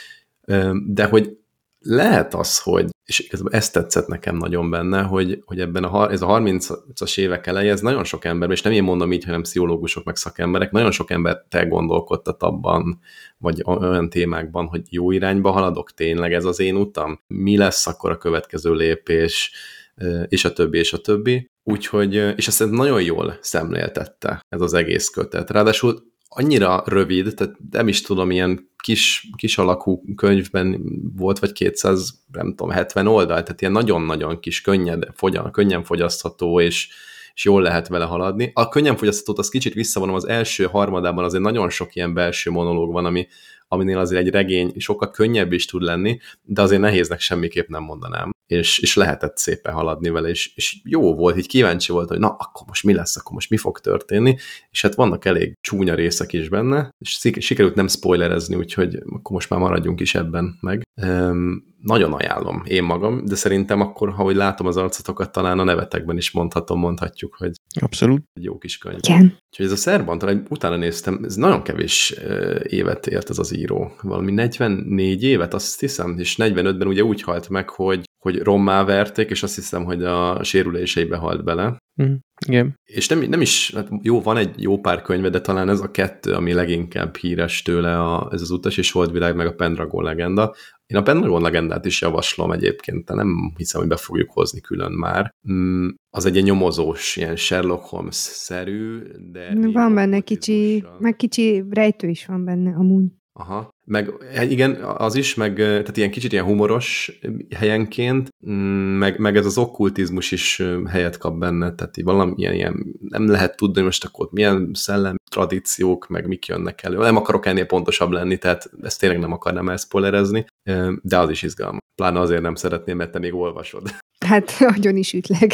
de hogy lehet az, hogy, és ez tetszett nekem nagyon benne, hogy, hogy ebben a, ez a harmincas évek eleje, ez nagyon sok ember, és nem én mondom így, hanem pszichológusok, meg szakemberek, nagyon sok ember elgondolkodtat abban, vagy olyan témákban, hogy jó irányba haladok, tényleg ez az én utam? Mi lesz akkor a következő lépés, és a többi, és a többi. Úgyhogy, és ezt nagyon jól szemléltette ez az egész kötet. Ráadásul annyira rövid, tehát nem is tudom, ilyen kis, kis alakú könyvben volt, vagy kétszáz, nem tudom, hetven oldal, tehát ilyen nagyon-nagyon kis, könnyed, fogyan, könnyen fogyasztható, és, és jól lehet vele haladni. A könnyen fogyaszthatót azt kicsit visszavonom, az első harmadában azért nagyon sok ilyen belső monológ van, ami, aminél azért egy regény sokkal könnyebb is tud lenni, de azért nehéznek semmiképp nem mondanám. És, és lehetett szépen haladni vele, és, és jó volt, így kíváncsi volt, hogy na, akkor most mi lesz, akkor most mi fog történni, és hát vannak elég csúnya részek is benne, és sikerült nem spoilerezni, úgyhogy akkor most már maradjunk is ebben meg. Um, nagyon ajánlom én magam, de szerintem akkor, ha hogy látom az arcotokat, talán a nevetekben is mondhatom, mondhatjuk, hogy abszolút egy jó kis könyv. Igen. Úgyhogy ez a Szerban, talán utána néztem, ez nagyon kevés évet ért ez az író. Valami negyvennégy évet, azt hiszem, és negyvenötben ugye úgy halt meg, hogy, hogy rommá verték, és azt hiszem, hogy a sérüléseibe halt bele. Mm, igen. És nem, nem is, hát jó, van egy jó pár könyve, de talán ez a kettő, ami leginkább híres tőle, a, ez az Utas és Holdvilág, meg a Pendragon legenda. Én a Pendragon legendát is javaslom egyébként, de nem hiszem, hogy be fogjuk hozni külön már. Mm, az egy ilyen nyomozós, ilyen Sherlock Holmes-szerű, de... Van benne kicsi, meg kicsi rejtő is van benne amúgy. Aha, meg igen, az is, meg tehát ilyen kicsit ilyen humoros helyenként, meg, meg ez az okkultizmus is helyet kap benne, tehát valamilyen ilyen, nem lehet tudni, hogy most akkor milyen szellemi tradíciók, meg mik jönnek elő. Nem akarok ennél pontosabb lenni, tehát ezt tényleg nem akarnám elszpoilerezni, de az is izgalmas. Pláne azért nem szeretném, mert te még olvasod. Hát, nagyon is ütleg.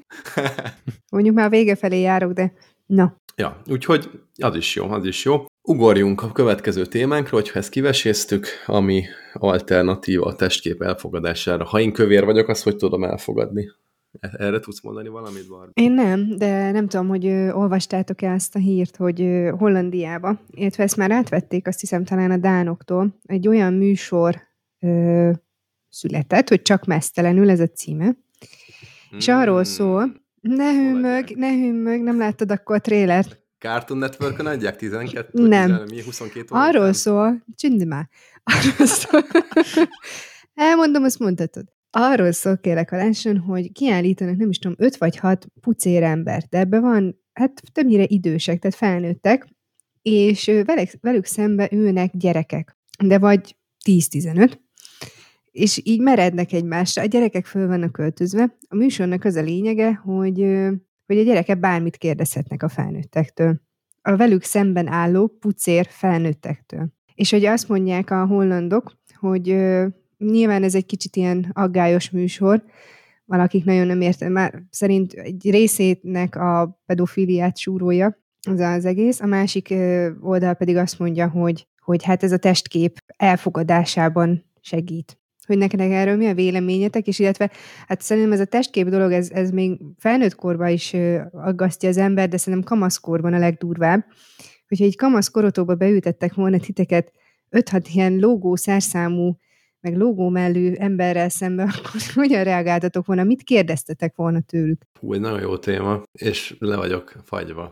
Mondjuk már vége felé járok, de na. Ja, úgyhogy az is jó, az is jó. Ugorjunk a következő témánkra, hogyha ezt kiveséztük, ami alternatíva a testkép elfogadására. Ha én kövér vagyok, azt hogy tudom elfogadni? Erre tudsz mondani valamit, Barb? Én nem, de nem tudom, hogy ö, olvastátok-e ezt a hírt, hogy ö, Hollandiába, illetve ezt már átvették, azt hiszem talán a dánoktól, egy olyan műsor ö, született, hogy csak meztelenül, ez a címe, mm. és arról szól, ne hümmög, ne hümmög, nem láttad akkor a trélert? Cartoon Network-on adják tizenkettő? Nem. tizenkettő, mi huszonkettő óra arról után? szól, csündi már, arról szól, Elmondom, azt mondhatod. Arról szól kérlek a lesson, hogy kiállítanak, nem is tudom, öt vagy hat pucér embert, de ebben van, hát többnyire idősek, tehát felnőttek, és velük, velük szembe ülnek gyerekek, de vagy tíz-tizenöt, és így merednek egymásra, a gyerekek föl vannak költözve. A műsornak az a lényege, hogy, hogy a gyerekek bármit kérdezhetnek a felnőttektől. A velük szemben álló pucér felnőttektől. És hogy azt mondják a hollandok, hogy ö, nyilván ez egy kicsit ilyen aggályos műsor, valakik nagyon nem értem, már szerint egy részének a pedofiliát súrolja az az egész, a másik ö, oldal pedig azt mondja, hogy, hogy hát ez a testkép elfogadásában segít. Hogy nektek erről mi a véleményetek, és illetve hát szerintem ez a testkép dolog, ez, ez még felnőtt korban is ö, aggasztja az ember, de szerintem kamaszkorban a legdurvább. Hogyha így kamaszkorotokba beültettek volna titeket öt-hat ilyen lógó szerszámú, meg lógó mellű emberrel szembe, akkor hogyan reagáltatok volna? Mit kérdeztetek volna tőlük? Hú, egy nagyon jó téma, és le vagyok fagyva.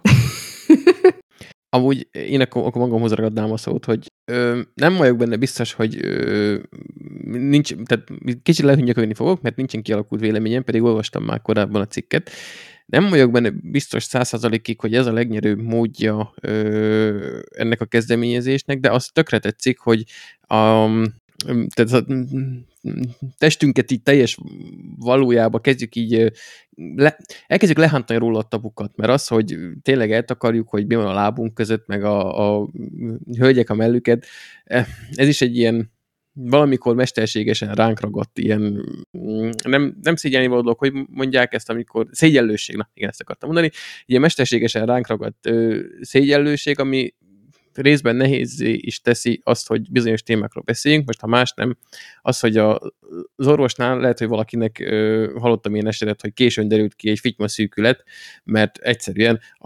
Amúgy én akkor, akkor magamhoz ragadnám a szót, hogy ö, nem vagyok benne biztos, hogy ö, nincs, tehát kicsit lehet, hogy nyökölni fogok, mert nincsen kialakult véleményem, pedig olvastam már korábban a cikket. Nem vagyok benne biztos száz százalékig, hogy ez a legnyerőbb módja ö, ennek a kezdeményezésnek, de azt tökre tetszik, hogy a, tehát a testünket így teljes valójában kezdjük így, le, elkezdjük lehántani róla a tabukat, mert az, hogy tényleg eltakarjuk, hogy mi van a lábunk között, meg a, a hölgyek a mellüket, ez is egy ilyen valamikor mesterségesen ránk ragadt ilyen, nem, nem szégyelni való dolog, hogy mondják ezt, amikor szégyellőség, na igen, ezt akartam mondani, ilyen mesterségesen ránk ragadt ö, szégyellőség, ami részben nehézzé is teszi azt, hogy bizonyos témákról beszéljünk, most ha más nem, az, hogy a, az orvosnál lehet, hogy valakinek ö, hallottam ilyen esetet, hogy későn derült ki egy fityma szűkület, mert egyszerűen a,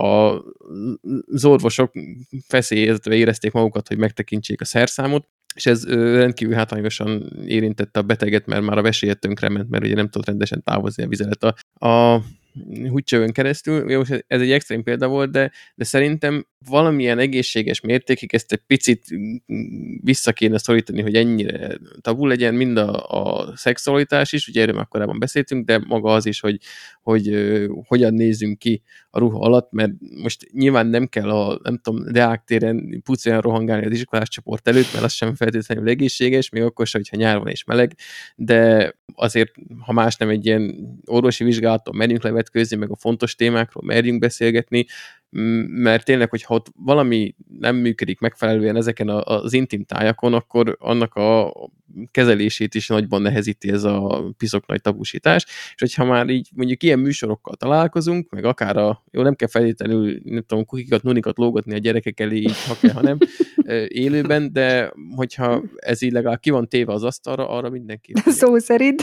az orvosok feszélyeztetve érezték magukat, hogy megtekintsék a szerszámot, és ez ö, rendkívül hátrányosan érintette a beteget, mert már a veséje tönkrement, mert ugye nem tudott rendesen távozni a vizelet a, a húgycsövön keresztül. Jó, ez egy extrém példa volt, de, de szerintem valamilyen egészséges mértékig ezt egy picit vissza kéne szorítani, hogy ennyire tabu legyen, mind a, a szexualitás is, ugye erről már korábban beszéltünk, de maga az is, hogy, hogy uh, hogyan nézzünk ki a ruha alatt, mert most nyilván nem kell a, nem tudom, Deák téren pucéran rohangálni az iskolás csoport előtt, mert az sem feltétlenül egészséges, még akkor sem, hogyha nyár van és meleg, de azért, ha más nem, egy ilyen orvosi vizsgálaton merjünk levetkőzni, meg a fontos témákról merjünk beszélgetni, mert tényleg, hogyha ott valami nem működik megfelelően ezeken az intim tájakon, akkor annak a kezelését is nagyban nehezíti ez a piszok nagy tabusítás, és hogyha már így mondjuk ilyen műsorokkal találkozunk, meg akár a, jó, nem kell feltétlenül, nem tudom, kukikat, nunikat lógatni a gyerekek elé, így, ha kell, ha nem, élőben, de hogyha ez így legalább ki van téve az asztalra, arra mindenki. Szó szerint.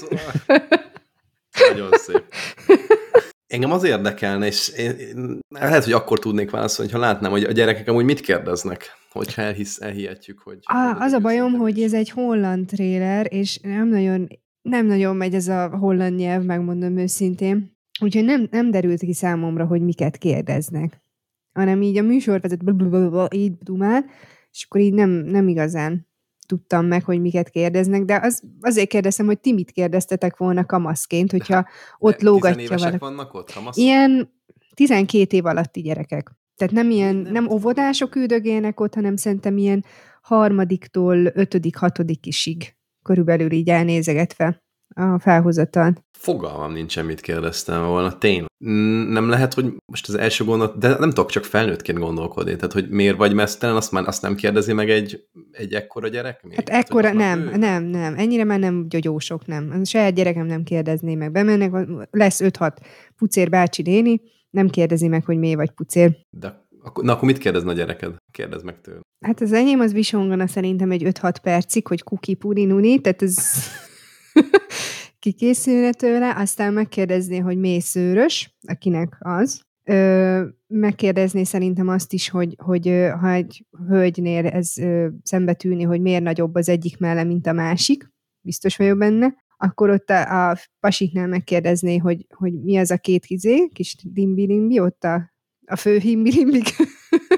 Nagyon szép. Engem az érdekelne, és én, én, lehet, hogy akkor tudnék válaszolni, ha látnám, hogy a gyerekek amúgy mit kérdeznek, hogyha elhisz, elhihetjük, hogy... A, az a bajom, hogy ez egy holland tréler, és nem nagyon, nem nagyon megy ez a holland nyelv, megmondom őszintén. Úgyhogy nem, nem derült ki számomra, hogy miket kérdeznek. Hanem így a műsorvezet így dumál, és akkor így nem, nem igazán tudtam meg, hogy miket kérdeznek, de az, azért kérdeztem, hogy ti mit kérdeztetek volna kamaszként, hogyha ott de lógatja valaki. Vannak ott kamaszok? Ilyen tizenkét év alatti gyerekek. Tehát nem ilyen, nem, nem óvodások üldögélnek ott, hanem szerintem ilyen harmadiktól ötödik, hatodik isig körülbelül így elnézegetve a felhozatal. Fogalmam nincsen, mit kérdeztem volna. Tényleg. Nem lehet, hogy most az első gondolat, de nem tudok csak felnőttként gondolkodni. Tehát, hogy miért vagy mesztelen, azt már azt nem kérdezi meg egy, egy ekkora gyerek? Még? Hát ekkora, nem, nem, nem, nem. Ennyire már nem gyogyósok, nem. A saját gyerekem nem kérdezné meg. Bemennek, lesz öt-hat pucér bácsi néni, nem kérdezi meg, hogy miért vagy pucér. De akkor, na akkor mit kérdezne a gyereked? Kérdezd meg tőle. Hát az enyém az visongana szerintem egy öt-hat percig, hogy kuki puri nuni, tehát ez... kikészülne tőle, aztán megkérdezné, hogy mély szőrös, akinek az. Ö, megkérdezné szerintem azt is, hogy, hogy ha egy hölgynél ez ö, szembetűni, hogy miért nagyobb az egyik melle, mint a másik, biztos vagyok benne, akkor ott a, a pasiknál megkérdezné, hogy, hogy mi az a két izé, kis limbi-limbi, ott a, a fő himbi-limbi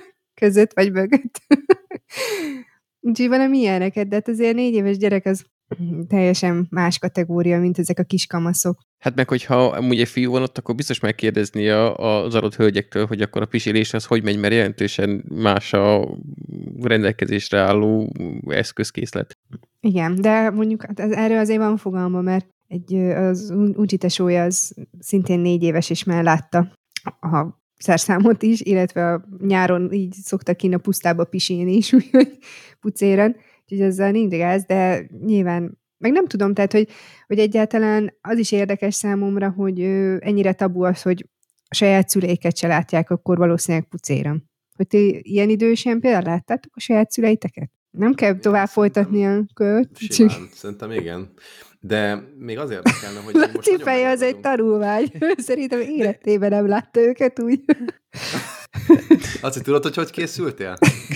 között vagy mögött. Úgyhogy valami ilyeneket, de hát azért négy éves gyerek az teljesen más kategória, mint ezek a kis kamaszok. Hát meg, hogyha amúgy egy fiú van ott, akkor biztos megkérdezni a, az adott hölgyektől, hogy akkor a pisilés az hogy megy, mert jelentősen más a rendelkezésre álló eszközkészlet. Igen, de mondjuk hát erről azért van fogalma, mert egy, az Uncsi tesója az szintén négy éves, és már látta a szerszámot is, illetve a nyáron így szoktak kint a pusztába pisilni is, úgyhogy pucéren, úgyhogy ezzel nincs gáz, de nyilván meg nem tudom, tehát, hogy, hogy egyáltalán az is érdekes számomra, hogy ennyire tabu az, hogy a saját szüleiket se látják, akkor valószínűleg pucéren. Hogy ti ilyen idősen például láttátok a saját szüleiteket? Nem kell tovább folytatni a költ. Simán, szerintem igen. De még az érdekelne, hogy most Ti feje az egy tanulmány. Szerintem életében nem látta őket úgy. Azt, hogy tudod, hogy hogy készültél?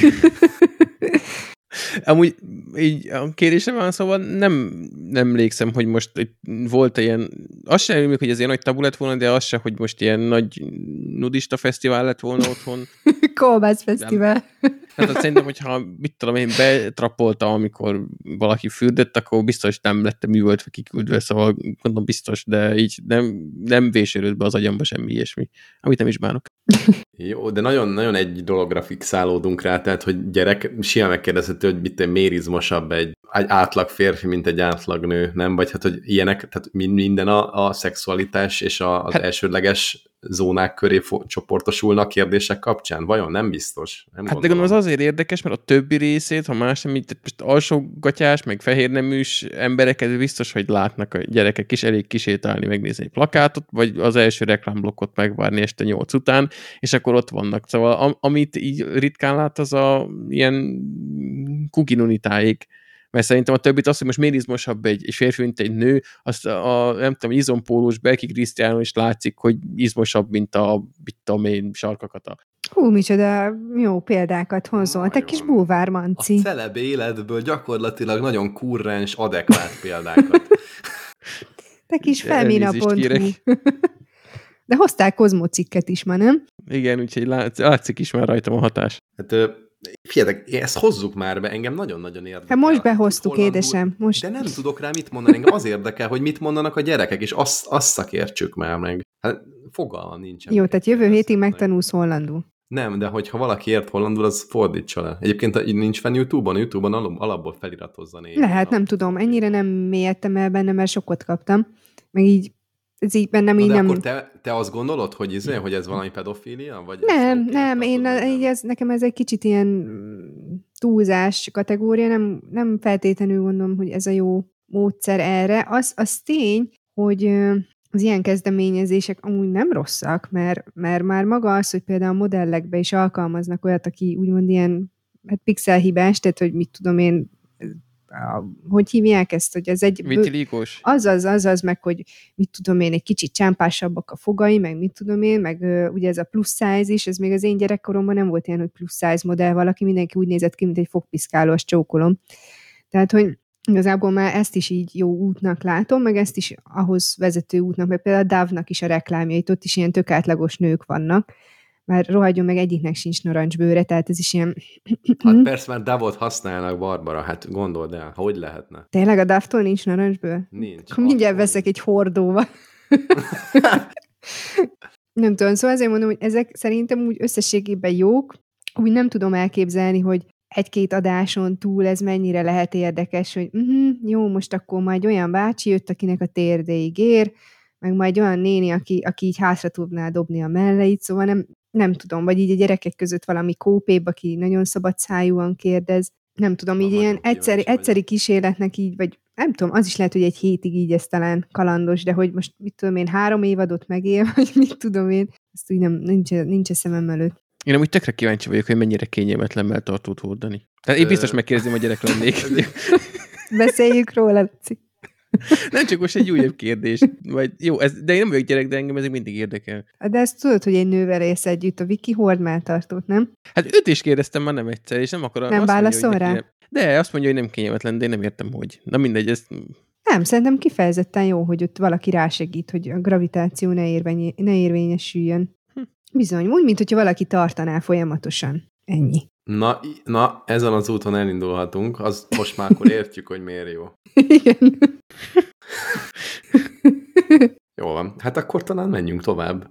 Amúgy így a kérésre van, szóval nem, nem emlékszem, hogy most volt ilyen, azt sem emlékszem, hogy ez ilyen nagy tabu lett volna, de az sem, hogy most ilyen nagy nudista fesztivál lett volna otthon. Kolbász fesztivál. Hát szerintem, hogyha mit tudom én, betrapoltam, amikor valaki fürdött, akkor biztos nem lettem művöltve, kiküldve, szóval gondolom biztos, de így nem, nem vésérült be az agyamba semmi ilyesmi, amit nem is bánok. Jó, de nagyon-nagyon egy dologra fixálódunk rá, tehát, hogy gyerek, simán megkérdezhető, hogy mit miért izmosabb egy, egy átlag férfi, mint egy átlag nő, nem? Vagy hát, hogy ilyenek, tehát minden a, a szexualitás és a, az hát, elsődleges zónák köré fo- csoportosulnak kérdések kapcsán? Vajon? Nem biztos. Nem hát gondolom. De gondolom az azért érdekes, mert a többi részét, ha más nem így, most alsógatyás, meg fehérneműs embereket biztos, hogy látnak a gyerekek is, elég kisétálni, megnézni egy plakátot, vagy az első reklámblokkot megvárni este nyolc után, és akkor ott vannak. Szóval am- amit így ritkán lát, az a ilyen kukinunitáig. Mert szerintem a többit azt, hogy most miért izmosabb egy, egy férfi, mint egy nő, azt a, nem tudom, izompólós Belki Krisztiánon is látszik, hogy izmosabb, mint a, mit tudom én, sarkakata. Hú, micsoda jó példákat hozol. Te kis bulvármanci. A celeb életből gyakorlatilag nagyon kurrens, adekvát példákat. Te kis femina pont hu. De hoztál Kozmó cikket is ma, nem? Igen, úgyhogy látszik is már rajtam a hatás. Hát figyeljetek, ezt hozzuk már be, engem nagyon-nagyon érdekel. Hát most behoztuk, hollandul, édesem. Most. De nem tudok rá mit mondani, engem az érdekel, hogy mit mondanak a gyerekek, és azt, azt szakértsük már meg. Hát fogalmam nincsen. Jó, tehát jövő hétig megtanulsz hollandul. Nem, de hogyha valaki ért hollandul, az fordítsa le. Egyébként nincs fenn YouTube-on, a YouTube-on alapból feliratozza néha. Lehet, nem tudom, ennyire nem mélyedtem el benne, mert sokat kaptam. Meg így ez így bennem így de nem... akkor te, te azt gondolod, hogy, izé, hogy ez valami pedofília? Vagy nem, nem, én így ez, nekem ez egy kicsit ilyen túlzás kategória, nem, nem feltétlenül gondolom, hogy ez a jó módszer erre. Az, az tény, hogy az ilyen kezdeményezések amúgy nem rosszak, mert, mert már maga az, hogy például a modellekbe is alkalmaznak olyat, aki úgymond ilyen hát pixelhibás, tehát hogy mit tudom én, hogy hívják ezt, hogy ez egy... Vitiligo-s. Azaz, azaz, meg hogy mit tudom én, egy kicsit csámpásabbak a fogai, meg mit tudom én, meg uh, ugye ez a plusz size is, ez még az én gyerekkoromban nem volt ilyen, hogy plusz size modell valaki, mindenki úgy nézett ki, mint egy fogpiszkálós csókolom. Tehát, hogy igazából már ezt is így jó útnak látom, meg ezt is ahhoz vezető útnak, mert például a Dove-nak is a reklámjait, ott is ilyen tök átlagos nők vannak, már rohadjon meg egyiknek sincs narancsbőre, tehát ez is ilyen... Hát persze, már Dove-ot használnak, Barbara, hát gondold el, hogy lehetne. Tényleg a Dove-tól nincs narancsbőr? Nincs. Akkor mindjárt veszek egy hordóba. Nem tudom, szóval azért mondom, hogy ezek szerintem úgy összességében jók, úgy nem tudom elképzelni, hogy egy-két adáson túl ez mennyire lehet érdekes, hogy uh-huh, jó, most akkor majd olyan bácsi jött, akinek a térdéig ér, meg majd olyan néni, aki, aki így hátra tudná dobni a melleit, szóval nem, nem tudom, vagy így a gyerekek között valami kópébb, aki nagyon szabad szájúan kérdez. Nem tudom, így ilyen egyszeri, egyszeri kísérletnek így, vagy nem tudom, az is lehet, hogy egy hétig így ez talán kalandos, de hogy most mit tudom én, három évadot megél, vagy mit tudom én, ezt úgy nem, nincs, nincs a szemem előtt. Én amúgy tökre kíváncsi vagyok, hogy mennyire kényelmetlen melltartót hordani. Tehát én biztos megkérdezem, a gyerek lennék. Beszéljük róla, Laci. Nem csak most egy újabb kérdés. Vagy, jó, ez, de én nem vagyok gyerek, de engem ezek mindig érdekel. De ezt tudod, hogy egy nővel élsz együtt, a Viki hord melltartót, nem? Hát őt is kérdeztem már nem egyszer, és nem akar... Nem válaszol rá? Nem, de azt mondja, hogy nem kényelmetlen, de én nem értem, hogy. Na mindegy, ez... Nem, szerintem kifejezetten jó, hogy ott valaki rásegít, hogy a gravitáció ne, érvény, ne érvényesüljön. Hm. Bizony, úgy, mint hogyha valaki tartaná folyamatosan. Ennyi. Na, na, ezen az úton elindulhatunk, az most már akkor értjük, hogy miért jó. Igen. Jó van, hát akkor talán menjünk tovább.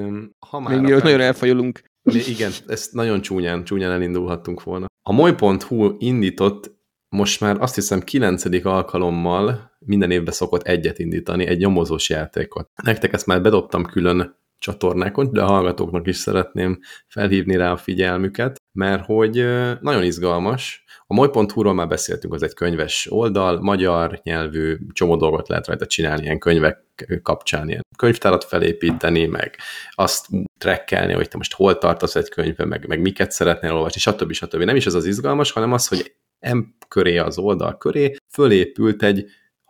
Ha már Még mielőtt nagyon elfajulunk. Igen, ezt nagyon csúnyán, csúnyán elindulhattunk volna. A moly pont hu indított most már azt hiszem kilencedik alkalommal minden évben szokott egyet indítani, egy nyomozós játékot. Nektek ezt már bedobtam külön csatornákon, de a hallgatóknak is szeretném felhívni rá a figyelmüket, mert hogy nagyon izgalmas. A moly pont hu-ról már beszéltünk, az egy könyves oldal, magyar nyelvű, csomó dolgot lehet rajta csinálni, ilyen könyvek kapcsán, ilyen könyvtárat felépíteni, meg azt trekkelni, hogy te most hol tartasz egy könyvben, meg, meg miket szeretnél olvasni, stb. stb. Nem is ez az izgalmas, hanem az, hogy em köré, az oldal köré fölépült egy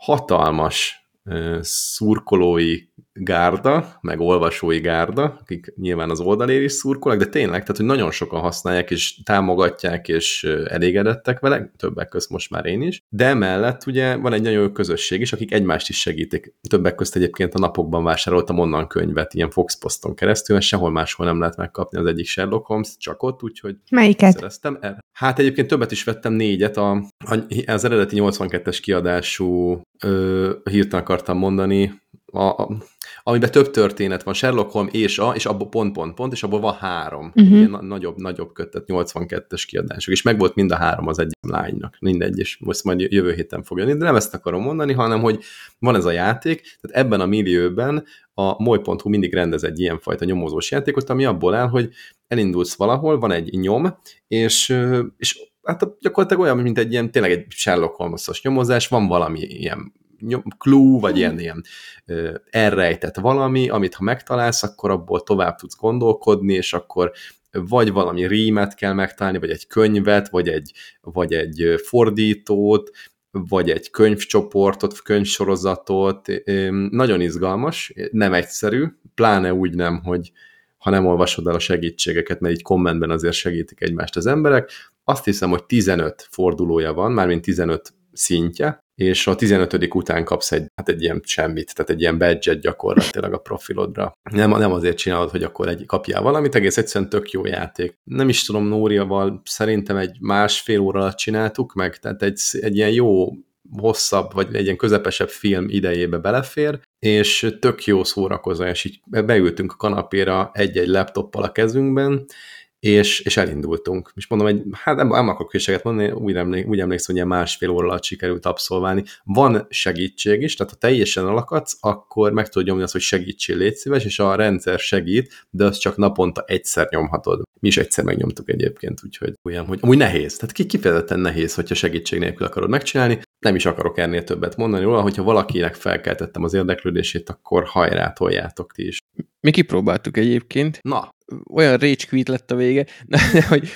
hatalmas uh, szurkolói gárda, meg olvasói gárda, akik nyilván az oldalért is szurkolnak, de tényleg, tehát, hogy nagyon sokan használják, és támogatják, és elégedettek vele, többek közt most már én is, de emellett ugye van egy nagyon jó közösség is, akik egymást is segítik. Többek közt egyébként a napokban vásároltam onnan könyvet, ilyen Foxposton keresztül, mert sehol máshol nem lehet megkapni az egyik Sherlock Holmes, csak ott, úgyhogy melyiket? Szereztem erre. Hát egyébként többet is vettem, négyet, a, az eredeti nyolcvankettes kiadású ö, hirtelen akartam mondani, a, a, amiben több történet van, Sherlock Holmes és a, és abból pont, pont, pont, és abból van három. Uh-huh. Ilyen na- nagyobb, nagyobb kötet, nyolcvankettes kiadások, és megvolt mind a három az egyik lánynak, mindegy, és most majd jövő héten fog jönni, de nem ezt akarom mondani, hanem, hogy van ez a játék, tehát ebben a millióben a moly pont hu mindig rendez egy ilyenfajta nyomozós játékot, ami abból áll, hogy elindulsz valahol, van egy nyom, és, és hát gyakorlatilag olyan, mint egy ilyen, tényleg egy Sherlock Holmes-os nyomozás, van valami ilyen clue, vagy ilyen, ilyen uh, elrejtett valami, amit ha megtalálsz, akkor abból tovább tudsz gondolkodni, és akkor vagy valami rímet kell megtalálni, vagy egy könyvet, vagy egy, vagy egy fordítót, vagy egy könyvcsoportot, könyvsorozatot. Nagyon izgalmas, nem egyszerű, pláne úgy nem, hogy ha nem olvasod el a segítségeket, mert így kommentben azért segítik egymást az emberek. Azt hiszem, hogy tizenöt fordulója van, mármint tizenöt szintje, és a tizenötödik után kapsz egy, hát egy ilyen semmit, tehát egy ilyen badge-et gyakorlatilag a profilodra. Nem, nem azért csinálod, hogy akkor egy, kapjál valamit, egész egyszerűen tök jó játék. Nem is tudom, Nóriaval szerintem egy másfél óra alatt csináltuk meg, tehát egy, egy ilyen jó, hosszabb, vagy egy ilyen közepesebb film idejébe belefér, és tök jó szórakozás, így beültünk a kanapéra egy-egy laptoppal a kezünkben, és, és elindultunk. És mondom, egy, hát nem, nem akarok hülyeséget mondani, úgy, emlék, úgy emlékszem, hogy ilyen másfél óra alatt sikerült abszolválni. Van segítség is, tehát ha teljesen alakadsz, akkor meg tudod nyomni azt, hogy segítsél, légy szíves, és a rendszer segít, de azt csak naponta egyszer nyomhatod. Mi is egyszer megnyomtuk egyébként, úgyhogy olyan, hogy amúgy nehéz. Tehát ki kifejezetten nehéz, hogyha segítség nélkül akarod megcsinálni. Nem is akarok ennél többet mondani róla, hogyha valakinek felkeltettem az érdeklődését, akkor hajrá, toljátok ti is. Mi kipróbáltuk egyébként. Na. Olyan rage quit lett a vége, de hogy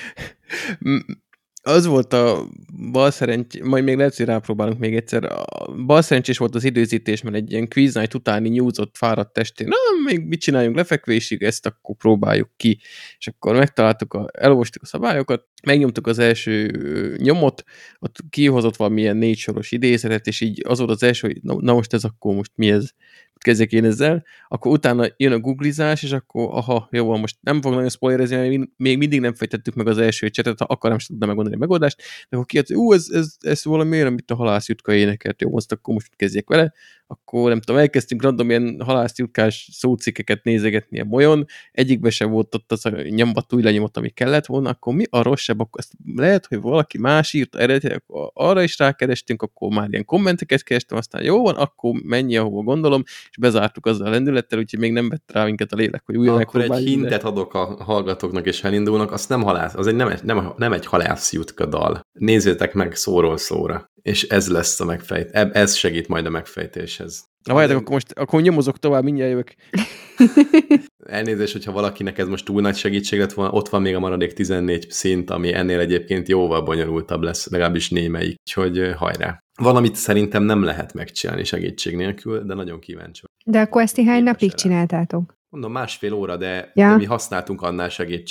az volt a balszerencs, majd még lehet, hogy rápróbálunk még egyszer, a balszerencsés volt az időzítés, mert egy ilyen quiz night utáni nyúzott, fáradt testén, na, még mit csináljunk lefekvésig, ezt akkor próbáljuk ki. És akkor megtaláltuk, a, elolvastuk a szabályokat, megnyomtuk az első nyomot, ott kihozott valamilyen négy soros idézetet, és így az volt az első, hogy na, na most ez akkor most mi ez? Kezdjek én ezzel, akkor utána jön a googlizás, és akkor aha, jó van, most nem fog nagyon spoilerezni, mert még mindig nem fejtettük meg az első csetet, ha akar, nem sem tudnám megmondani a megoldást, de akkor kijött, hogy ú, ez, ez, ez valami olyan, amit a halászjutka énekelt, jó, most akkor most kezdjek vele, akkor nem tudom, elkezdtünk random ilyen halászjutkás szócikkeket nézegetni a molyon, egyikben sem volt ott az a nyombat új lenyomott, ami kellett volna, akkor mi a rosszabb, akkor ezt lehet, hogy valaki más írt eredetileg, arra is rákerestünk, akkor már ilyen kommenteket kerestem, aztán jó van, akkor mennyi, ahova gondolom, és bezártuk azzal a lendülettel, úgyhogy még nem vett rá minket a lélek, hogy újra megpróbáljuk. Akkor egy hintet de... adok a hallgatóknak, és elindulnak, azt nem halász, az egy nem, nem, nem egy halászjutka dal. Nézzétek meg szóról szóra, és ez lesz a megfejt, ez segít majd a megfejtéshez. Na várjátok, akkor most akkor nyomozok tovább, mindjárt jövök. Elnézést, hogyha valakinek ez most túl nagy segítség lett volna, ott van még a maradék tizennégy szint, ami ennél egyébként jóval bonyolultabb lesz, legalábbis némelyik, úgyhogy hajrá. Valamit szerintem nem lehet megcsinálni segítség nélkül, de nagyon kíváncsi. De akkor ezt hány napig csináltátok? Mondom, másfél óra, de, ja. de mi használtunk annál segítséget.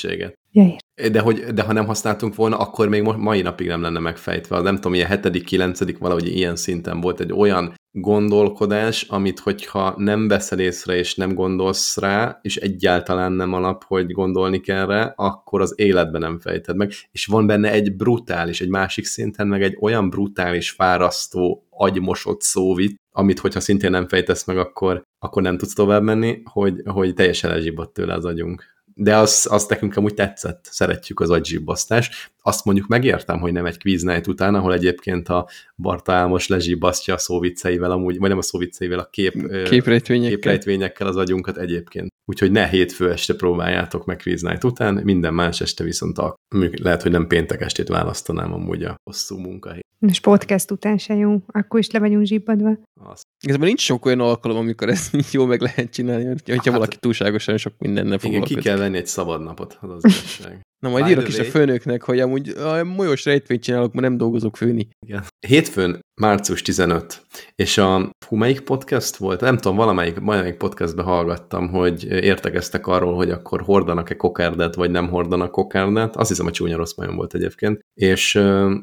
Ja, de, hogy, de ha nem használtunk volna, akkor még mai napig nem lenne megfejtve. Nem tudom, ilyen hetedik, kilencedik valahogy ilyen szinten volt egy olyan gondolkodás, amit hogyha nem veszel észre és nem gondolsz rá, és egyáltalán nem alap, hogy gondolni kell rá, akkor az életben nem fejted meg. És van benne egy brutális, egy másik szinten meg egy olyan brutális, fárasztó, agymosott szóvit, amit hogyha szintén nem fejtesz meg, akkor, akkor nem tudsz tovább menni, hogy, hogy teljesen elzsibbott tőle az agyunk. De az, az nekünk amúgy tetszett, szeretjük az agygyibbasztást. Azt mondjuk megértem, hogy nem egy quiz night után, ahol egyébként a Barta Álmos lezsibbasztja a szóvicceivel, amúgy, vagy nem a szóvicceivel, a kép, képrejtvényekkel. képrejtvényekkel az agyunkat egyébként. Úgyhogy ne hétfő este próbáljátok meg quiz night után, minden más este viszont a, lehet, hogy nem péntek estét választanám amúgy a hosszú munkahét. És podcast után se jó, akkor is le vagyunk zsibbadva. Igazából nincs sok olyan alkalom, amikor ezt így jól meg lehet csinálni, hogyha hát, valaki túlságosan sok mindennel foglalkozik. Igen, ki kell venni egy szabad napot, az az igazság. Na majd írok is a főnöknek, hogy amúgy a molyos rejtvényt csinálok, ma nem dolgozok főni. Igen. Hétfőn, március tizenötödike, és a hú, melyik podcast volt? Nem tudom, valamelyik, valamelyik podcastbe hallgattam, hogy értekeztek arról, hogy akkor hordanak-e kokárdet, vagy nem hordanak kokárdet. Azt hiszem, a Csúnya Rossz Majom volt egyébként. És,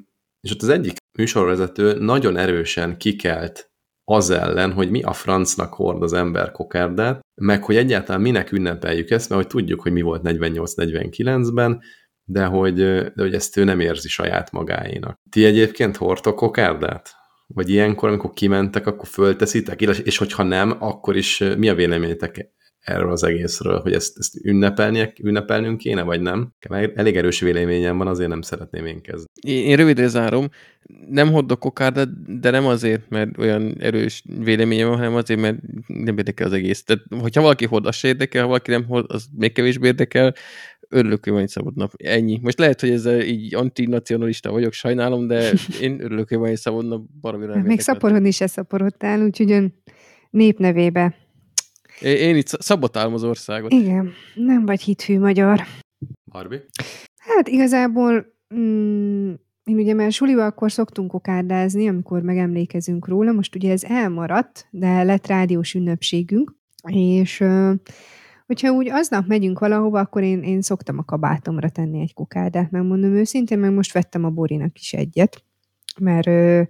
és ott az egyik műsorvezető nagyon erősen kikelt az ellen, hogy mi a francnak hord az ember kokárdát, meg hogy egyáltalán minek ünnepeljük ezt, mert hogy tudjuk, hogy mi volt negyvennyolc negyvenkilencben, de hogy, de hogy ezt ő nem érzi saját magáénak. Ti egyébként hordtok kokárdát? Vagy ilyenkor, amikor kimentek, akkor fölteszitek? És hogyha nem, akkor is mi a véleményetek erről az egészről, hogy ezt, ezt ünnepelnünk kéne, vagy nem? Elég erős véleményem van, azért nem szeretném én kezdeni. Én, én rövidre zárom. Nem hordok kokárdát, de nem azért, mert olyan erős véleményem van, hanem azért, mert nem érdekel az egész. Tehát, hogyha valaki hord, az se érdekel, ha valaki nem hord, az még kevésbé érdekel. Örülök, hogy van egy szabad nap. Ennyi. Most lehet, hogy ezzel így antinacionalista vagyok, sajnálom, de én örülök, hogy van egy szabad nap. Baromira még szaporodni se szaporodtál, úgyhogy ön népnevébe. Én, én itt szabotálom az országot. Igen, nem vagy hithű magyar. Barbie? Hát igazából mm, én ugye már sulival akkor szoktunk kokárdázni, amikor megemlékezünk róla. Most ugye ez elmaradt, de lett rádiós ünnepségünk, és hogyha úgy aznap megyünk valahova, akkor én, én szoktam a kabátomra tenni egy kokárdát, megmondom őszintén, meg most vettem a Borinak is egyet, mert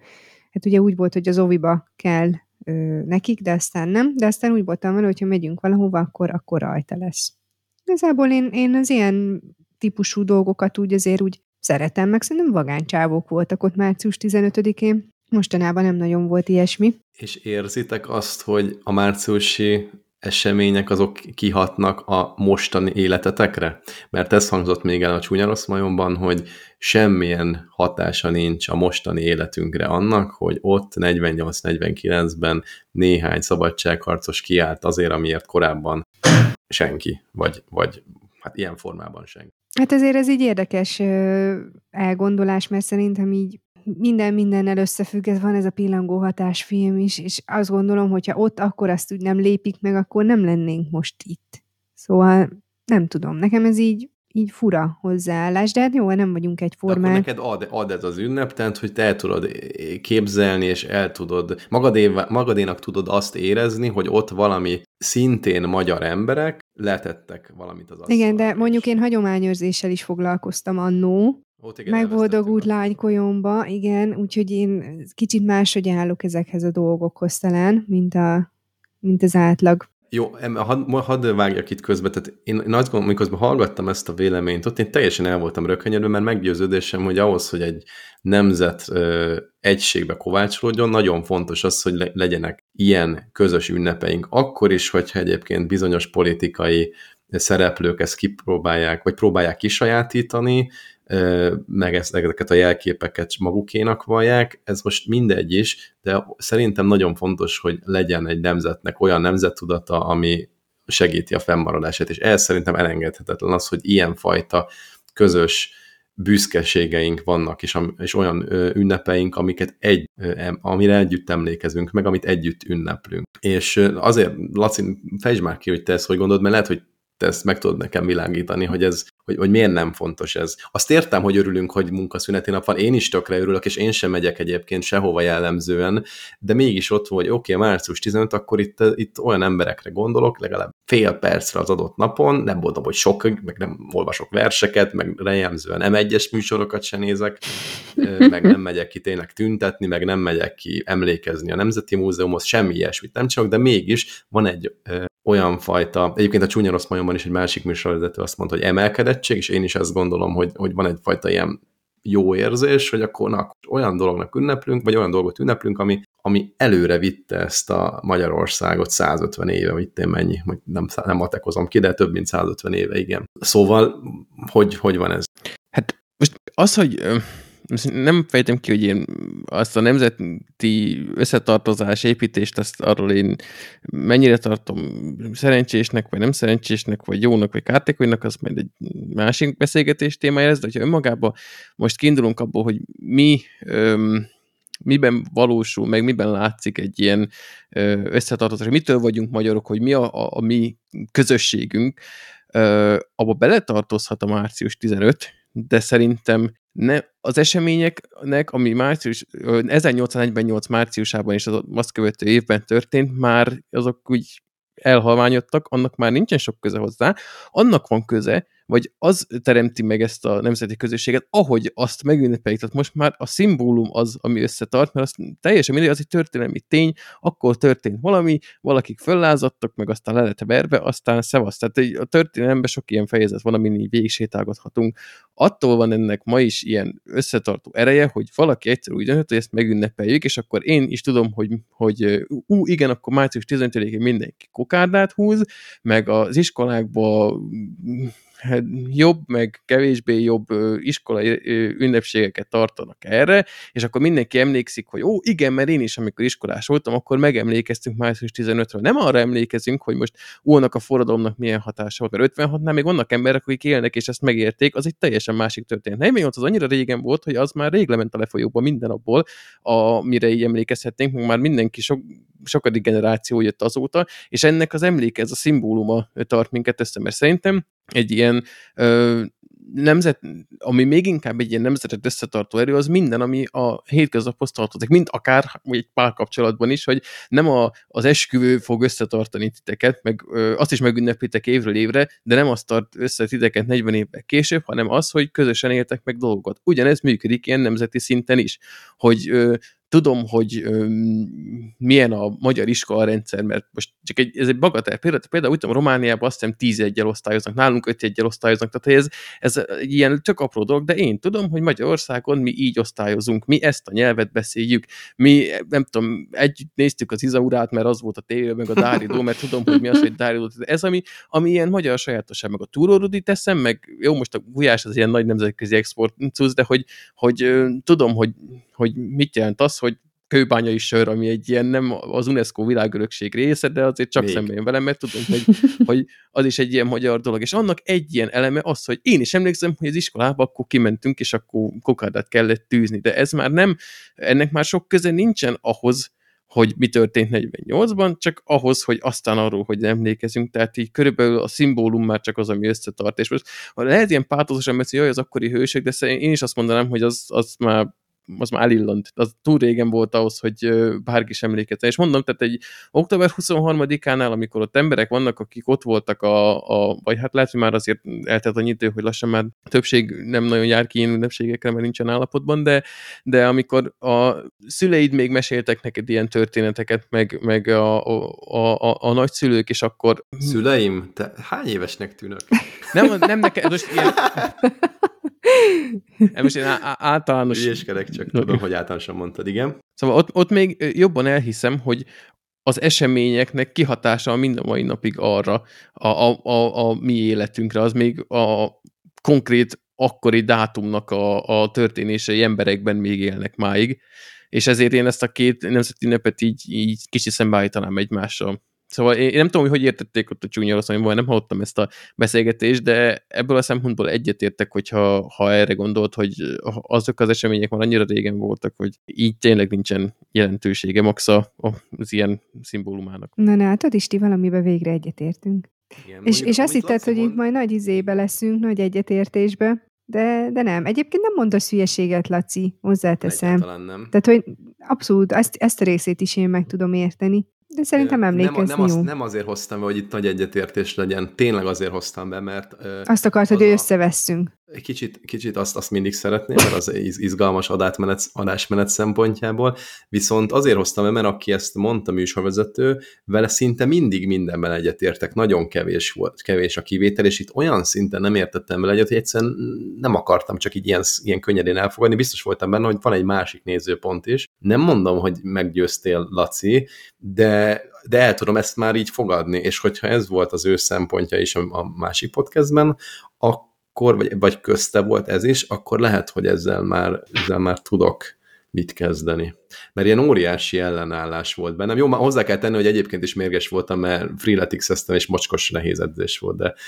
hát ugye úgy volt, hogy az oviba kell nekik, de aztán nem, de aztán úgy voltam vele, hogyha megyünk valahova, akkor, akkor rajta lesz. Igazából én, én az ilyen típusú dolgokat úgy azért úgy szeretem, meg szerintem vagánycsávók voltak ott március tizenötödikén. Mostanában nem nagyon volt ilyesmi. És érzitek azt, hogy a márciusi események azok kihatnak a mostani életetekre? Mert ez hangzott még el a Csúnya Rossz Majomban, hogy semmilyen hatása nincs a mostani életünkre annak, hogy ott negyvennyolc negyvenkilencben néhány szabadságharcos kiállt azért, amiért korábban senki, vagy, vagy hát ilyen formában senki. Hát azért ez így érdekes elgondolás, mert szerintem így minden mindennel összefügg, ez van ez a pillangó hatásfilm is, és azt gondolom, hogyha ott akkor azt úgy nem lépik meg, akkor nem lennénk most itt. Szóval nem tudom, nekem ez így, így fura hozzáállás, de hát jó, nem vagyunk egyformán. De neked ad, ad ez az ünnep, tehát, hogy te el tudod képzelni, és el tudod, magadé, magadénak tudod azt érezni, hogy ott valami szintén magyar emberek letettek valamit az asztalra. Igen, de mondjuk én hagyományőrzéssel is foglalkoztam annó, megboldogult lánykolyomba, igen, úgyhogy én kicsit máshogy állok ezekhez a dolgokhoz talán, mint, a, mint az átlag. Jó, hadd had vágjak itt közbe, tehát én, én azt gondolom, miközben hallgattam ezt a véleményt, ott én teljesen el voltam rökönyödve, mert meggyőződésem, hogy ahhoz, hogy egy nemzet ö, egységbe kovácsolódjon, nagyon fontos az, hogy le, legyenek ilyen közös ünnepeink, akkor is, hogyha egyébként bizonyos politikai szereplők ezt kipróbálják, vagy próbálják kisajátítani, meg ezeket a jelképeket magukénak vallják, ez most mindegy is, de szerintem nagyon fontos, hogy legyen egy nemzetnek olyan nemzettudata, ami segíti a fennmaradását, és ez szerintem elengedhetetlen az, hogy ilyenfajta közös büszkeségeink vannak, és, és olyan ünnepeink, amiket egy, amire együtt emlékezünk, meg amit együtt ünneplünk. És azért, Laci, fejtsd már ki, hogy te ezt hogy gondolod, mert lehet, hogy te ezt meg tudod nekem világítani, hogy ez hogy, hogy miért nem fontos ez. Azt értem, hogy örülünk, hogy munkaszüneti nap van, én is tökre örülök, és én sem megyek egyébként sehova jellemzően, de mégis ott van, hogy oké, okay, március tizenötödike, akkor itt, itt olyan emberekre gondolok, legalább fél percre az adott napon, nem mondom, hogy sok, meg nem olvasok verseket, meg jellemzően em egyes műsorokat se nézek, meg nem megyek ki tényleg tüntetni, meg nem megyek ki emlékezni a Nemzeti Múzeumhoz, semmi ilyesmit nem csak, de mégis van egy ö, olyan fajta, egyébként a Csúnya Rossz Majomban is egy másik műsorvezető azt mondta, hogy emelkedettség, és én is azt gondolom, hogy, hogy van egyfajta ilyen jó érzés, hogy akkor na, olyan dolognak ünneplünk, vagy olyan dolgot ünneplünk, ami, ami előre vitte ezt a Magyarországot százötven éve, vagy én mennyi, hogy nem, nem matekozom ki, de több mint százötven éve, igen. Szóval, hogy, hogy van ez? Hát most az, hogy nem fejtem ki, hogy én azt a nemzeti összetartozás építést, azt arról én mennyire tartom szerencsésnek, vagy nem szerencsésnek, vagy jónak, vagy kártékonynak, az majd egy másik beszélgetés témája lesz, de hogyha önmagában most kiindulunk abból, hogy mi öm, miben valósul, meg miben látszik egy ilyen összetartozás, mitől vagyunk magyarok, hogy mi a, a, a mi közösségünk, abba beletartozhat a március tizenötödike, de szerintem ne, az eseményeknek, ami március, ezernyolcszáznegyvennyolc márciusában és az azt követő évben történt, már azok úgy elhalványodtak, annak már nincsen sok köze hozzá. Annak van köze, vagy az teremti meg ezt a nemzeti közösséget, ahogy azt megünnepeljük. Tehát most már a szimbólum az, ami összetart, mert az teljesen mindegy, az egy történelmi tény, akkor történt valami, valakik föllázadtak, meg aztán le lett verve, aztán szevasz. Tehát a történelemben sok ilyen fejezet van, amin így végig sétálgathatunk. Attól van ennek ma is ilyen összetartó ereje, hogy valaki egyszer úgy döntött, hogy ezt megünnepeljük, és akkor én is tudom, hogy, hogy ú, igen, akkor március tizenötödikén mindenki kokárdát húz, meg az iskolákban jobb, meg kevésbé jobb iskolai ünnepségeket tartanak erre, és akkor mindenki emlékszik, hogy ó, igen, mert én is, amikor iskolás voltam, akkor megemlékeztünk március tizenötödikéről. Nem arra emlékezünk, hogy most úrnak a forradalomnak milyen hatása volt, mert ötvenhatnál még vannak emberek, akik élnek, és ezt megérték, az egy teljesen másik történet. negyvennyolc az annyira régen volt, hogy az már rég lement a lefolyóba minden abból, amire így emlékezhetnénk, meg már mindenki sok, sokadik generáció jött azóta, és ennek az emléke, ez a szimbóluma tart minket össze, mert szerintem egy ilyen ö, nemzet, ami még inkább egy ilyen nemzetet összetartó erő, az minden, ami a hétköznaphoz tartozik, mint akár egy párkapcsolatban is, hogy nem a, az esküvő fog összetartani titeket, meg ö, azt is megünneplitek évről évre, de nem azt tart össze titeket negyven évvel később, hanem az, hogy közösen éltek meg dolgokat. Ugyanez működik ilyen nemzeti szinten is, hogy ö, tudom, hogy öm, milyen a magyar iskolarendszer, mert most csak egy, ez egy bagatel például, például úgy tudom, Romániában azt hiszem tíz egyel osztályoznak, nálunk öt egyel osztályoznak, tehát ez, ez egy ilyen tök apró dolog, de én tudom, hogy Magyarországon mi így osztályozunk, mi ezt a nyelvet beszéljük, mi, nem tudom, együtt néztük az Izaurát, mert az volt a tévé, meg a Dáridó, mert tudom, hogy mi az, hogy Dáridó. Ez, ami, ami ilyen magyar sajátosság, meg a túrórudi teszem, meg jó, most a Gulyás az ilyen nagy nemzetközi export, de hogy, hogy ö, tudom, hogy hogy mit jelent az, hogy kőbányai sör, ami egy ilyen nem az UNESCO világörökség része, de azért csak szemben jön velem, mert tudom, hogy, hogy az is egy ilyen magyar dolog. És annak egy ilyen eleme az, hogy én is emlékszem, hogy az iskolába akkor kimentünk, és akkor kokárdát kellett tűzni, de ez már nem, ennek már sok köze nincsen ahhoz, hogy mi történt negyvennyolcban, csak ahhoz, hogy aztán arról, hogy emlékezünk, tehát így körülbelül a szimbólum már csak az, ami összetart. És most lehet ilyen pártozosan beszélni, hogy az akkori hősök, de én is azt mondanám, hogy az, az már az már elillant. Az túl régen volt ahhoz, hogy bárki is emlékezzen. És mondom, tehát egy október huszonharmadikánál, amikor ott emberek vannak, akik ott voltak a, a vagy hát lehet, hogy már azért eltelt annyi idő, hogy lassan már többség nem nagyon jár ki ilyen ünnepségekre, mert nincsen állapotban, de, de amikor a szüleid még meséltek neked ilyen történeteket, meg, meg a, a, a, a nagyszülők, és akkor... Szüleim? Te hány évesnek tűnök? Nem, nem neked, most ilyen... Most én általános... Ügyeskedek, csak tudom, hogy általánosan mondtad, igen. Szóval ott, ott még jobban elhiszem, hogy az eseményeknek kihatása mind a mai napig arra, a, a, a, a mi életünkre, az még a konkrét akkori dátumnak a, a történései emberekben még élnek máig, és ezért én ezt a két nemzeti ünnepet így, így kicsit szembeállítanám egymással. Szóval én nem tudom, hogy hogy értették ott a Csúnya Rossz Majomban, nem hallottam ezt a beszélgetést, de ebből a szempontból egyetértek, hogyha ha erre gondolt, hogy azok az események már annyira régen voltak, hogy így tényleg nincsen jelentősége max az ilyen szimbólumának. Na, na, hát Isti, valamiben végre egyetértünk. Igen, És, mondjuk, és azt amit hitted, Laci hogy itt mond, majd nagy izébe leszünk, nagy egyetértésbe, de, de nem. Egyébként nem mondasz hülyeséget, Laci, hozzáteszem. egyáltalán nem. Tehát, hogy abszolút ezt, ezt a részét is én meg tudom érteni. De szerintem nem, nem, emlékezni az, jó. nem azért hoztam be, hogy itt nagy egyetértés legyen, tényleg azért hoztam be, mert Azt akartad, az hogy a, összevesszünk. kicsit, kicsit azt, azt mindig szeretném, mert az iz, izgalmas adásmenet, adásmenet szempontjából, viszont azért hoztam be, mert aki ezt mondta, műsorvezető, vele szinte mindig mindenben egyetértek, nagyon kevés volt, kevés a kivétel, és itt olyan szinten nem értettem vele egyet, hogy egyszerűen nem akartam csak így ilyen, ilyen könnyedén elfogadni, biztos voltam benne, hogy van egy másik nézőpont is. Nem mondom, hogy meggyőztél, Laci, de, de el tudom ezt már így fogadni, és hogyha ez volt az ő szempontja is a, a másik podcastben, akkor, vagy, vagy közte volt ez is, akkor lehet, hogy ezzel már, ezzel már tudok mit kezdeni. Mert ilyen óriási ellenállás volt bennem. Jó, már hozzá kell tenni, hogy egyébként is mérges voltam, mert freeletics-eztem, és mocskos nehéz edzés volt, de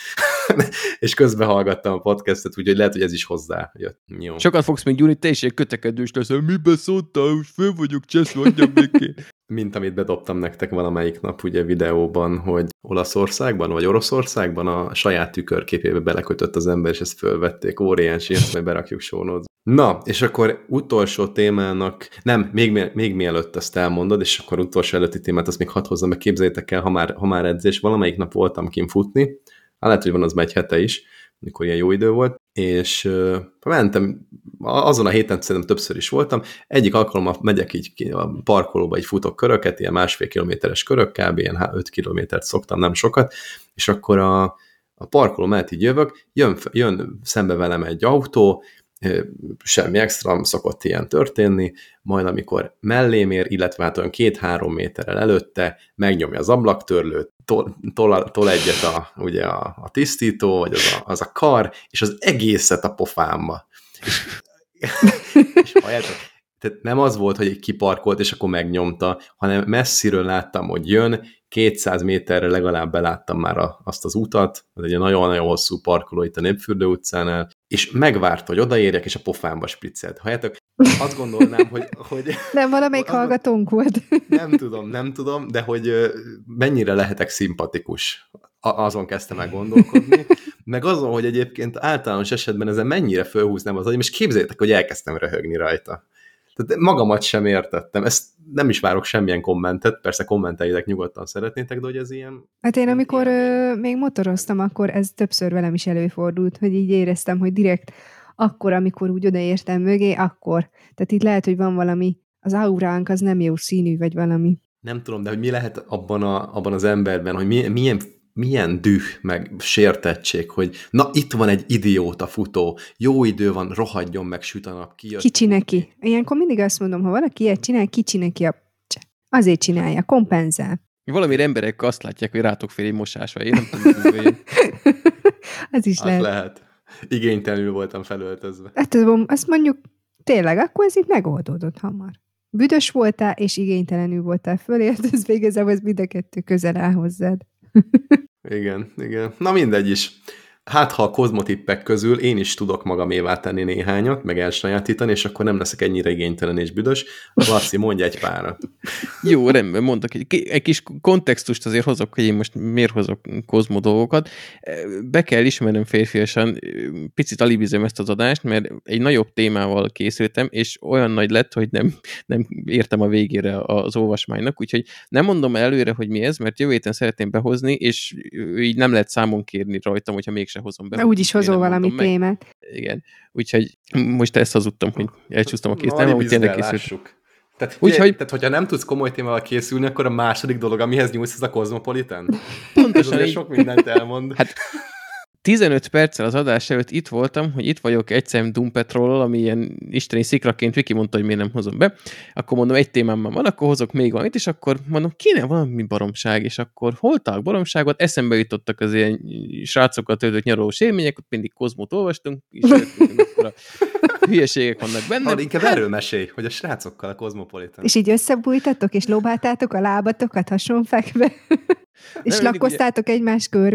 és közben hallgattam a podcastet, úgyhogy lehet, hogy ez is hozzá jött. Jó. Sokat fogsz még gyúrni, te is egy kötekedős leszel. Mibe szóltál? Most föl vagyok cseszve, adjam békén. Mint amit bedobtam nektek valamelyik nap ugye videóban, hogy Olaszországban, vagy Oroszországban a saját tükörképébe belekötött az ember, és ezt fölvették, óriási, ezt majd berakjuk show notes. Na, és akkor utolsó témának, nem, még, még mielőtt ezt elmondod, és akkor utolsó előtti témát, azt még hadd hozzam, meg képzeljétek el, ha már, ha már edzés, valamelyik nap voltam kint futni, lehet, hogy van az már egy hete is, amikor ilyen jó idő volt, és uh, mentem, azon a héten szerintem többször is voltam, egyik alkalommal megyek így a parkolóba, így futok köröket, ilyen másfél kilométeres körök, kb. Ilyen öt kilométert szoktam, nem sokat, és akkor a, a parkoló mellett így jövök, jön, jön szembe velem egy autó, semmi extra, szokott ilyen történni, majd amikor mellém ér, illetve hát olyan két-három méterrel előtte megnyomja az ablaktörlőt, tol, tol, tol egyet a, ugye a, a tisztító, vagy az a, az a kar, és az egészet a pofámba. És, és halljátok, tehát nem az volt, hogy egy kiparkolt, és akkor megnyomta, hanem messziről láttam, hogy jön, kétszáz méterre legalább beláttam már a, azt az utat, ez egy nagyon-nagyon hosszú parkoló itt a Népfürdő utcánál, és megvárt, hogy odaérjek, és a pofámba spriccelt. Halljátok, azt gondolnám, hogy... hogy nem, valamelyik az, hallgatónk volt. Nem tudom, nem tudom, de hogy mennyire lehetek szimpatikus. Azon kezdtem el gondolkodni, meg azon, hogy egyébként általános esetben ezen mennyire fölhúznám az agyam, és képzeljétek, hogy elkezdtem röhögni rajta. Tehát magamat sem értettem. Ezt nem is várok semmilyen kommentet, persze kommenteljétek, nyugodtan szeretnétek, de hogy ez ilyen... Hát én amikor ö, még motoroztam, akkor ez többször velem is előfordult, hogy így éreztem, hogy direkt akkor, amikor úgy odaértem mögé, akkor. Tehát itt lehet, hogy van valami, az auránk az nem jó színű, vagy valami. Nem tudom, de hogy mi lehet abban, a, abban az emberben, hogy milyen, milyen milyen düh, meg sértettség, hogy na itt van egy idióta futó, jó idő van, rohadjon meg, süt a nap, kijött. Kicsi neki. Ilyenkor mindig azt mondom, ha valaki ilyet csinál, kicsi neki a... Azért csinálja, kompenzál. Valamire emberek azt látják, hogy rátok fél egy mosás, vagy én nem tudom, hogy az is az lehet. lehet. Igénytelenül voltam felöltözve. Hát azt mondjuk, tényleg, akkor ez így megoldódott hamar. Büdös voltál, és igénytelenül voltál fölöltözve, igazából ez mind a kettő közel áll hozzád. Igen, igen. Na mindegy is. Hát, ha a kozmotippek közül én is tudok magamévá tenni néhányat, meg elsajátítani, és akkor nem leszek ennyire igénytelen és büdös. Laci, mondj egy párat. Jó, rendben, mondok. Egy, egy kis kontextust azért hozok, hogy én most miért hozok kozmo dolgokat. Be kell ismernem férfiasan, picit alibizem ezt az adást, mert egy nagyobb témával készültem, és olyan nagy lett, hogy nem, nem értem a végére az olvasmánynak, úgyhogy nem mondom előre, hogy mi ez, mert jövő héten szeretném behozni, és így nem lehet számon kérni rajtam, hogyha mégsem hozom be. De úgyis hozol valami témát. Igen. Úgyhogy most ezt hazudtam, hogy elcsúsztam a kész. Nem, hogy tényleg készült. Tehát, Úgyhogy... tehát, hogyha nem tudsz komoly témával készülni, akkor a második dolog, amihez nyúlsz, az a Cosmopolitan. Pontosan. Ez így... sok mindent elmond. Hát tizenöt perccel az adás előtt itt voltam, hogy itt vagyok egy szem Doom Patrol-al, ami ilyen isteni szikraként Viki mondta, hogy miért nem hozom be. Akkor mondom, egy témám van, akkor hozok még valamit, és akkor mondom, kéne valami baromság, és akkor hol találok baromságot, eszembe jutottak az ilyen srácokkal töltött nyaralós élmények, ott mindig Kozmót olvastunk, és akkor a hülyeségek vannak benne. Hát inkább erről mesélj, hogy a srácokkal a Cosmopolitan. És így összebújtatok, és lóbáltátok a lábatokat hasonfekve, és lakkoztátok ugye... egymás körmén.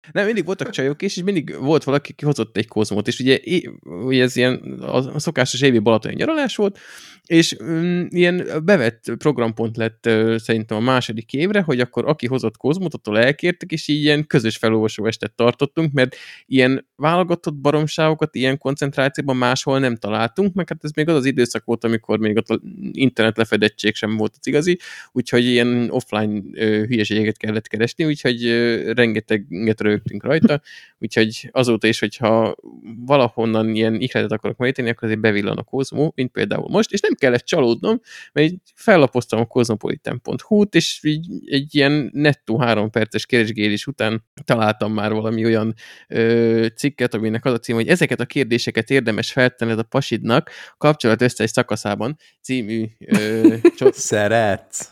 Nem, mindig voltak csajok is, és mindig volt valaki, ki hozott egy kozmót, és ugye, ugye ez ilyen a szokásos évi balatoni nyaralás volt, és um, ilyen bevett programpont lett uh, szerintem a második évre, hogy akkor aki hozott kozmót, attól elkértek, és így ilyen közös felolvasó estet tartottunk, mert ilyen válogatott baromságokat ilyen koncentrációban máshol nem találtunk, meg hát ez még az az időszak volt, amikor még ott internet lefedettség sem volt az igazi, úgyhogy ilyen offline uh, hülyeségeket kellett keresni, úgyhogy uh, rengeteget rögtünk rajta, úgyhogy azóta is, hogyha valahonnan ilyen ihletet akarok megíteni, akkor azért bevillan a kozmó, mint például most, és nem kellett csalódnom, mert így fellapoztam a kozmopolitan pont hu-t, és így egy ilyen nettó három perces keresgélés után találtam már valami olyan ö, cikket, aminek az a cím, hogy ezeket a kérdéseket érdemes feltenned a pasidnak kapcsolat összes szakaszában című ö, csod... Szeretsz!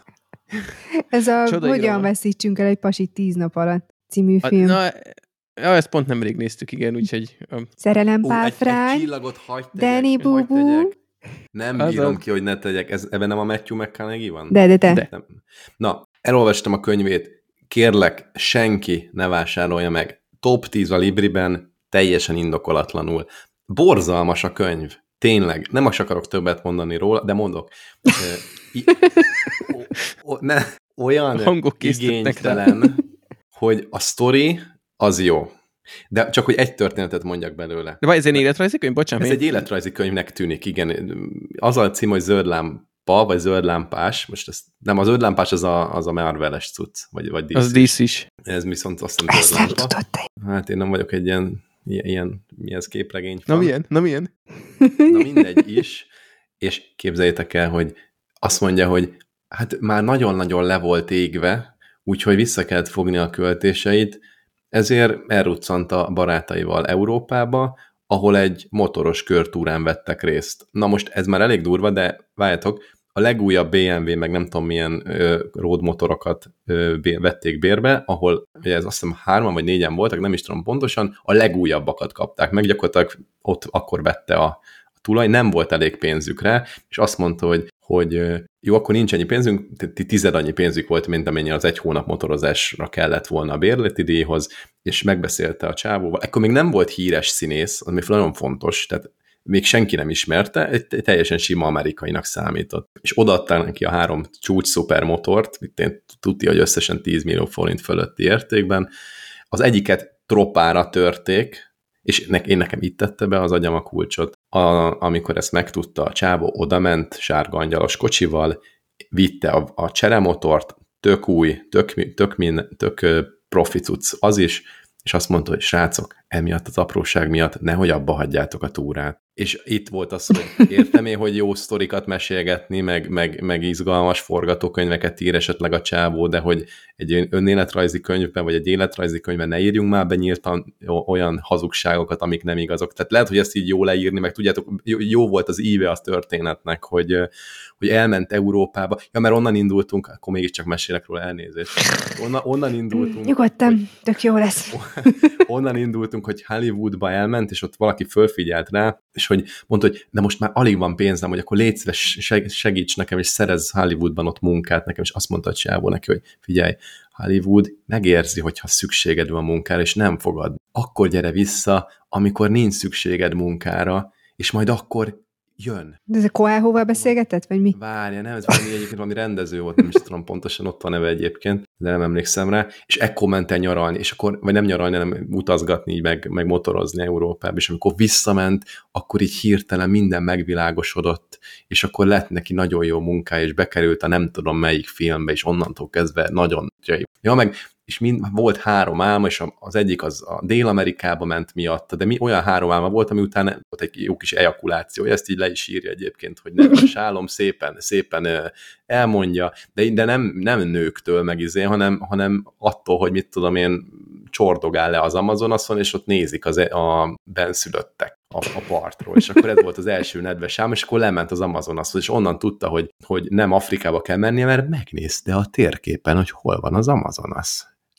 Ez a Csoda Hogyan irodalom. veszítsünk el egy pasit tíz nap alatt című film. Na, ja, ezt pont nemrég néztük, igen, úgyhogy... Szerelem Ó, Pál egy, egy Frány, csillagot hagyd tegyek, Danny hagyd Boo Boo. tegyek. Nem Az bírom az. ki, hogy ne tegyek. Ez, ebben nem a Matthew McConaughey van? De, de, de. De. Nem. Na, elolvastam a könyvét. Kérlek, senki ne vásárolja meg. Top tíz a Libriben, teljesen indokolatlanul. Borzalmas a könyv. Tényleg. Nem is akarok többet mondani róla, de mondok. Ö, i- o, o, ne, olyan Hangok készítettek igénytelen, hogy a sztori az jó. De csak, hogy egy történetet mondjak belőle. De vagy ez egy életrajzi könyv? Bocsánat. Ez én- egy életrajzi könyvnek tűnik, igen. Az a cím, hogy Zöld lámpa, vagy Zöld lámpás. Most ez, nem, a Zöld lámpás az a, az a Marvel-es cucc, vagy, vagy dé cé. Az dé cé is. Ez viszont azt hiszem Ezt Zöld nem lámpa. tudod te. Hát én nem vagyok egy ilyen, ilyen, ilyen mi ez, képregény Na fan. milyen? Na milyen? Na mindegy is. És képzeljétek el, hogy azt mondja, hogy hát már nagyon-nagyon le volt égve, úgyhogy vissza kellett fogni a költéseit, ezért elruccant a barátaival Európába, ahol egy motoros körtúrán vettek részt. Na most ez már elég durva, de várjátok, a legújabb bé em vé, meg nem tudom milyen ö, road motorokat ö, bé, vették bérbe, ahol ugye ez azt hiszem hárman vagy négyen voltak, nem is tudom pontosan, a legújabbakat kapták meg, gyakorlatilag ott akkor vette a, a tulaj, nem volt elég pénzük rá, és azt mondta, hogy, hogy jó, akkor nincs ennyi pénzünk, tized annyi pénzük volt, mint amennyi az egy hónap motorozásra kellett volna a bérleti díjhoz, és megbeszélte a csávóval. Ekkor még nem volt híres színész, ami nagyon fontos, tehát még senki nem ismerte, egy teljesen sima amerikainak számított. És odaadták neki a három csúcs szupermotort, itt én tudja, hogy összesen tíz millió forint fölötti értékben. Az egyiket tropára törték, és ne, én nekem itt tette be az agyam a kulcsot. A, amikor ezt megtudta, a csávó odament sárga angyalos kocsival, vitte a, a cseremotort, tök új, tök, tök, min, tök profi cucc az is, és azt mondta, hogy srácok, emiatt az apróság miatt nehogy abba hagyjátok a túrát. És itt volt az, hogy értem én, hogy jó sztorikat mesélgetni, meg, meg, meg izgalmas forgatókönyveket ír esetleg a csávó, de hogy egy önéletrajzi könyvben, vagy egy életrajzi könyvben ne írjunk már be nyíltan olyan hazugságokat, amik nem igazok. Tehát lehet, hogy ezt így jó leírni, meg tudjátok, jó volt az íve az történetnek, hogy, hogy elment Európába. Ja, mert onnan indultunk, akkor mégiscsak mesélek róla, elnézést. Onnan, onnan indultunk. Nyugodtan, hogy, tök jó lesz. Onnan indultunk, hogy Hollywoodba elment, és ott valaki fölfigyelt rá, és hogy mondta, hogy de most már alig van pénzem, hogy akkor légy szíves, segíts nekem, és szerezz Hollywoodban ott munkát nekem, és azt mondta a csávó neki, hogy figyelj, Hollywood megérzi, hogyha szükséged van munkára, és nem fogad. Akkor gyere vissza, amikor nincs szükséged munkára, és majd akkor jön. De ez a Coelhoval beszélgetett, vagy mi? Várja, nem, ez valami egyébként valami rendező volt, nem is tudom pontosan, ott van neve egyébként, de nem emlékszem rá, és ekkor ment el nyaralni, és akkor, vagy nem nyaralni, hanem utazgatni, így meg, meg motorozni Európába, és amikor visszament, akkor így hirtelen minden megvilágosodott, és akkor lett neki nagyon jó munkája, és bekerült a nem tudom melyik filmbe, és onnantól kezdve nagyon... Ja, meg és mind, volt három álma, és az egyik az a Dél-Amerikába ment miatt, de mi, olyan három álma volt, ami után volt egy jó kis ejakuláció, ezt így le is írja egyébként, hogy neves álom, szépen, szépen elmondja, de, de nem, nem nőktől meg izé, hanem, hanem attól, hogy mit tudom én, csordogál le az Amazonason, és ott nézik az, a benszülöttek a, a partról, és akkor ez volt az első nedves álom, és akkor lement az Amazonashoz, és onnan tudta, hogy, hogy nem Afrikába kell mennie, mert megnézte a térképen, hogy hol van az Amazonas.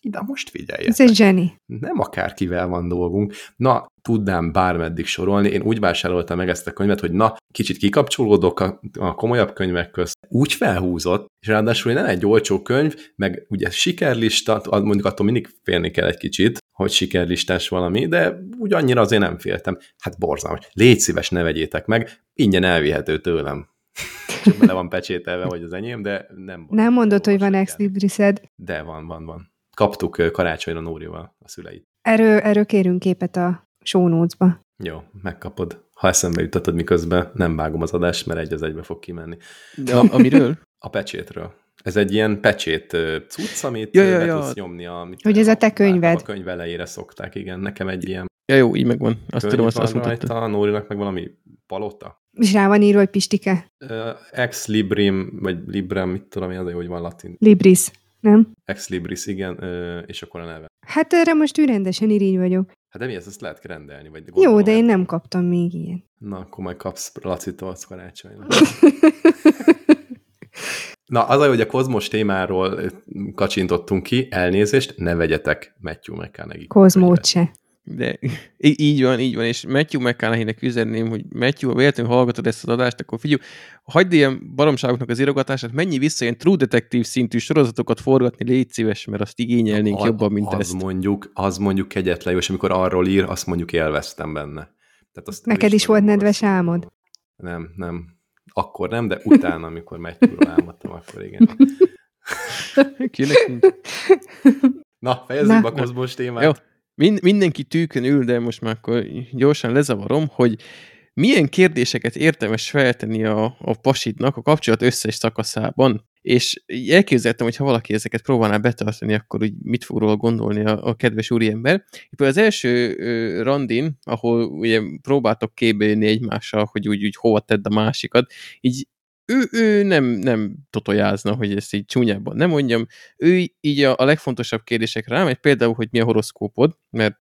de most figyeljetek. Ez egy zseni. Nem akárkivel van dolgunk. Na, tudnám bármeddig sorolni. Én úgy vásároltam meg ezt a könyvet, hogy na, kicsit kikapcsolódok a, a komolyabb könyvek közt. Úgy felhúzott, és ráadásul nem egy olcsó könyv, meg ugye sikerlista, mondjuk attól mindig félni kell egy kicsit, hogy sikerlistás valami, de úgy annyira azért nem féltem. Hát borzalmas. Légy szíves, ne vegyétek meg, ingyen elvihető tőlem. Csak bele van pecsételve, hogy az enyém, de nem. Nem mondod, hogy van ex librised. De van, van, van. Kaptuk karácsonyra Nórival a szüleit. Erről, erről kérünk képet a show notes-ba. Jó, megkapod. Ha eszembe juttatod, miközben nem vágom az adást, mert egy az egybe fog kimenni. De a, amiről? A pecsétről. Ez egy ilyen pecsét cucc, amit ja, ja, be ja. tudsz nyomni. Amit hogy ez a te könyved. A könyv elejére szokták, igen. Nekem egy ilyen ja, jó, így megvan. Azt tudom, azt, azt mutatta. A Nórinak meg valami palota. És rá van írva, hogy Pistike. Uh, ex librim, vagy librem, mit tudom én, az, hogy van latin. Libris, nem? Ex libris, igen, uh, és akkor a neve. Hát erre most ürendesen irigy vagyok. Hát de mi ez, ezt lehet rendelni? Vagy jó, de én nem kaptam még ilyen. Na, akkor majd kapsz Lacitól karácsonyra. Na, az a, hogy a kozmos témáról kacsintottunk ki, elnézést, ne vegyetek Matthew McConaughey. Kozmót se. De í- így van, így van, és Matthew McConaughey-nek üzenném, hogy Matthew, ha véletlenül hallgatod ezt az adást, akkor figyelj, hagyd ilyen baromságoknak az írogatását, mennyi vissza ilyen True Detective szintű sorozatokat forgatni, légy szíves, mert azt igényelnénk a, jobban, mint az ezt. Mondjuk, az mondjuk kegyetlen jó, és amikor arról ír, azt mondjuk élveztem benne. Tehát azt neked is volt nedves álmod? Nem, nem. Akkor nem, de utána, amikor Matthewról álmodtam, akkor igen. Kinek nincs. Na, fejezzük a kozmos témát. Jó. Mind, mindenki tűkön ül, de most már akkor gyorsan lezavarom, hogy milyen kérdéseket érdemes feltenni a, a pasidnak a kapcsolat összes szakaszában. És elképzeltem, hogy ha valaki ezeket próbálná betartani, akkor úgy mit fog róla gondolni a, a kedves úriember. Éppen az első ö, randin, ahol ugye próbáltok képbe egymással, hogy úgy, úgy hova tedd a másikat, így ő, ő nem, nem totojázna, hogy ezt így csúnyában nem mondjam. Ő így a, a legfontosabb kérdésekre rámegy, például, hogy mi a horoszkópod, mert...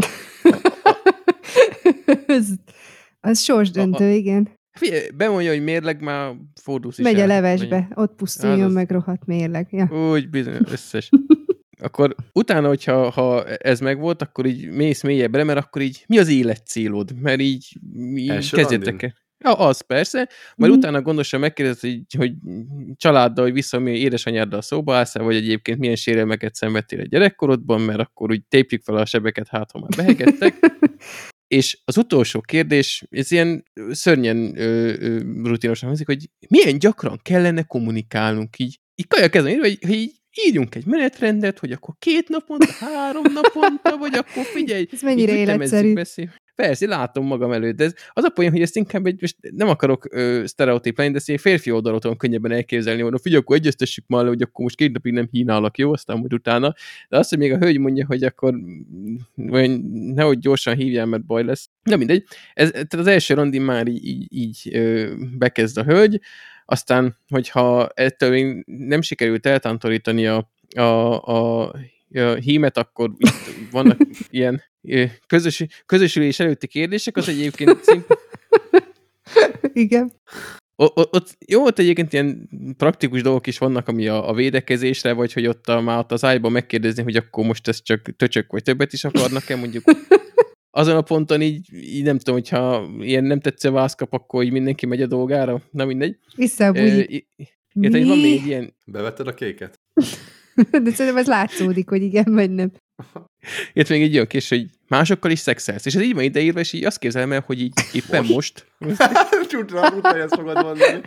az, az sorsdöntő, igen. Figyelj, bemondja, hogy mérleg, már fordulsz is megy el. a levesbe, megy. Ott pusztuljon az... meg rohadt mérleg. Ja. Úgy bizony, összes. Akkor utána, hogyha ha ez megvolt, akkor így mész mélyebbre, mert akkor így mi az életcélod? Mert így, így kezdjetek el. Ja, az persze. Majd mm. utána gondosan megkérdezed, hogy, hogy családdal, hogy vissza mi édesanyáddal szóba állsz, vagy egyébként milyen sérelmeket szenvedtél a gyerekkorodban, mert akkor úgy tépjük fel a sebeket, hát ha már behegettek. És az utolsó kérdés, ez ilyen szörnyen ö, ö, rutinosan hangzik, hogy milyen gyakran kellene kommunikálnunk így. Így kajak kezdem írva, hogy, hogy így írjunk egy menetrendet, hogy akkor két naponta, három naponta, vagy akkor figyelj. Ez mennyire életszerű. Persze, látom magam előtt, de ez az a poén, hogy ezt inkább egy, most nem akarok ö, sztereotíp lenni, de ezt egy férfi oldalon könnyebben elképzelni, hogy figyelj, akkor egyeztessük már le, hogy akkor most két napig nem hínálak, jó, aztán majd utána. De azt, hogy még a hölgy mondja, hogy akkor vagy nehogy gyorsan hívjál, mert baj lesz. De mindegy. Ez, tehát az első randin már így, így, így ö, bekezd a hölgy, aztán, hogyha ettől még nem sikerült eltántorítani a, a, a, a hímet, akkor itt vannak ilyen közös, közösülés előtti kérdések, az egyébként szimp... Igen. O, o, ott, jó, ott egyébként ilyen praktikus dolgok is vannak, ami a, a védekezésre, vagy hogy ott a, már ott az ágyban megkérdezni, hogy akkor most ez csak töcsök, vagy többet is akarnak-e, mondjuk azon a ponton így, így nem tudom, hogyha ilyen nem tetsző válasz kap, akkor így mindenki megy a dolgára, na mindegy. Visszabújik. Érted, van még ilyen... Bevetted a kéket? De szerintem ez látszódik, hogy igen, vagy nem. Itt még így jön kés, hogy másokkal is szexelsz. És ez így van ideírva, és így azt képzelem el, hogy így éppen most. Csúcsra rúgta, hogy ezt fogod mondani.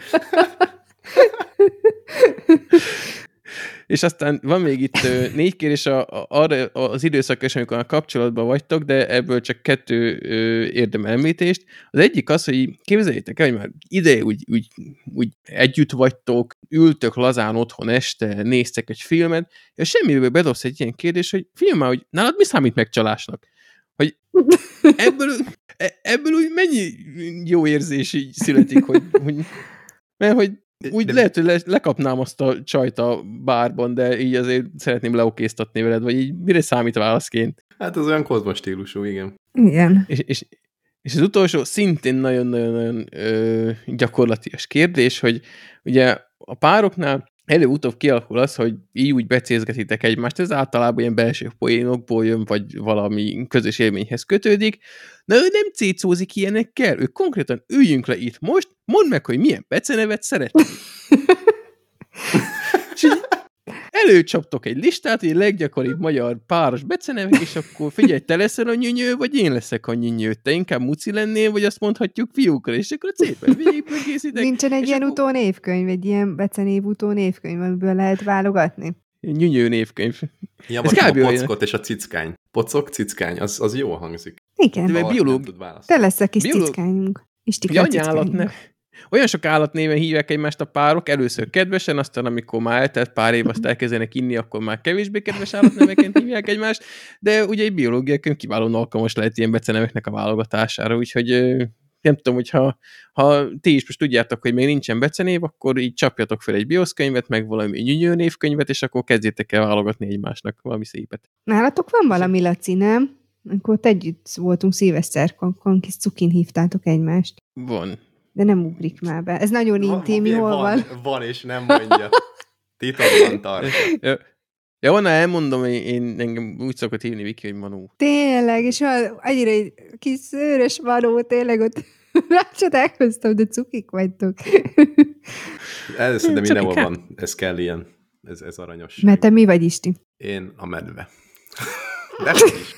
És aztán van még itt ö, négy kérdés a, a, arra az időszakra, amikor a kapcsolatban vagytok, de ebből csak kettő ö, érdemel említést. Az egyik az, hogy képzeljétek el, hogy már ide úgy, úgy, úgy együtt vagytok, ültök lazán otthon este, néztek egy filmet, és semmiből bedobsz egy ilyen kérdés, hogy figyelj már, hogy nálad mi számít megcsalásnak? Hogy ebből, ebből úgy mennyi jó érzés így születik, hogy, hogy mert hogy úgy de... lehet, hogy le, lekapnám azt a csajt a bárban, de így azért szeretném leokéztatni veled, vagy így mire számít válaszként? Hát az olyan kozmos stílusú, igen. Igen. És, és, és az utolsó szintén nagyon-nagyon gyakorlatias kérdés, hogy ugye a pároknál előbb-utóbb kialakul az, hogy így úgy becézgetitek egymást, ez általában ilyen belső poénokból jön, vagy valami közös élményhez kötődik. Na ő nem cécózik ilyenekkel, ő konkrétan üljünk le itt most, mondd meg, hogy milyen becenevet szeretnél. Előcsaptok egy listát, egy leggyakoribb magyar páros becenevek, és akkor figyelj, te leszel a nyünyő, vagy én leszek a nyünyő. Te inkább muci lennél, vagy azt mondhatjuk fiúkra, és akkor szépen végigkészítek. Nincsen egy ilyen akkor... utónévkönyv, egy ilyen becenév utónévkönyv, amiből lehet válogatni? Nyünyő névkönyv. Ja, vagy a pockot és a cickány. Pocok, cickány, az, az jól hangzik. Igen. De biológ... Te lesz a kis biológ... cickányunk. Istikán cickányunk. Olyan sok állatnéven hívják egymást a párok, először kedvesen, aztán amikor már eltelt pár év, azt elkezdenek inni, akkor már kevésbé kedves állatneveken hívják egymást, de ugye egy biológiai könyv kiválóan alkalmas lehet ilyen beceneveknek a válogatására, úgyhogy nem tudom, hogyha ha ti is most tudjátok, hogy még nincsen becenév, akkor így csapjatok fel egy bioszkönyvet, meg valami nyünyő névkönyvet, és akkor kezdjétek el válogatni egymásnak valami szépet. Nálatok van valami, Laci, nem? Akkor ott együtt voltunk szilveszterkon, kis cukin hívtátok egymást. Van. De nem ugrik már be. Ez nagyon intim, hol van? Van, van és nem mondja. Titokban tart. Ja, ja van, elmondom, én, én engem úgy szokott hívni Viki, hogy Manó. Tényleg, és annyira egy kis szőrös Manó, tényleg ott rácsodálkoztam, de cukik vagytok. Ez szerintem mindenhol van, ez kell ilyen. Ez, ez aranyos. Mert te mi vagy, Isti? Én a medve. De is.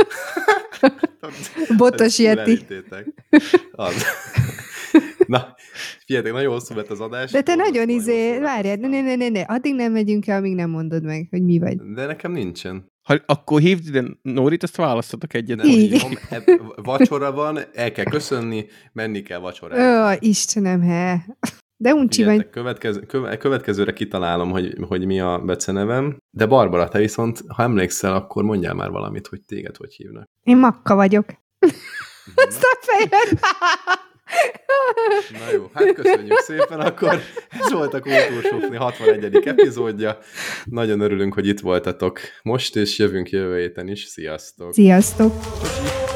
Botos Yeti. Az. Na, figyeljetek, nagyon hosszú lett az adás. De te nagyon izé, várjál, ne, ne, ne, ne, ne, addig nem megyünk el, amíg nem mondod meg, hogy mi vagy. De nekem nincsen. Ha, akkor hívd ide Nórit, azt választatok egyet. Nem hívom, vacsora van, el kell köszönni, menni kell vacsorára. Ó, Istenem, he. De uncsi vagy. Következő, következőre kitalálom, hogy, hogy mi a becenevem, de Barbara, te viszont, ha emlékszel, akkor mondjál már valamit, hogy téged hogy hívnak. Én Makka vagyok. Azt a fejed. Na jó, hát köszönjük szépen, akkor ez volt a Kultúrsufni hatvanegyedik epizódja. Nagyon örülünk, hogy itt voltatok most, és jövünk jövő héten is. Sziasztok! Sziasztok!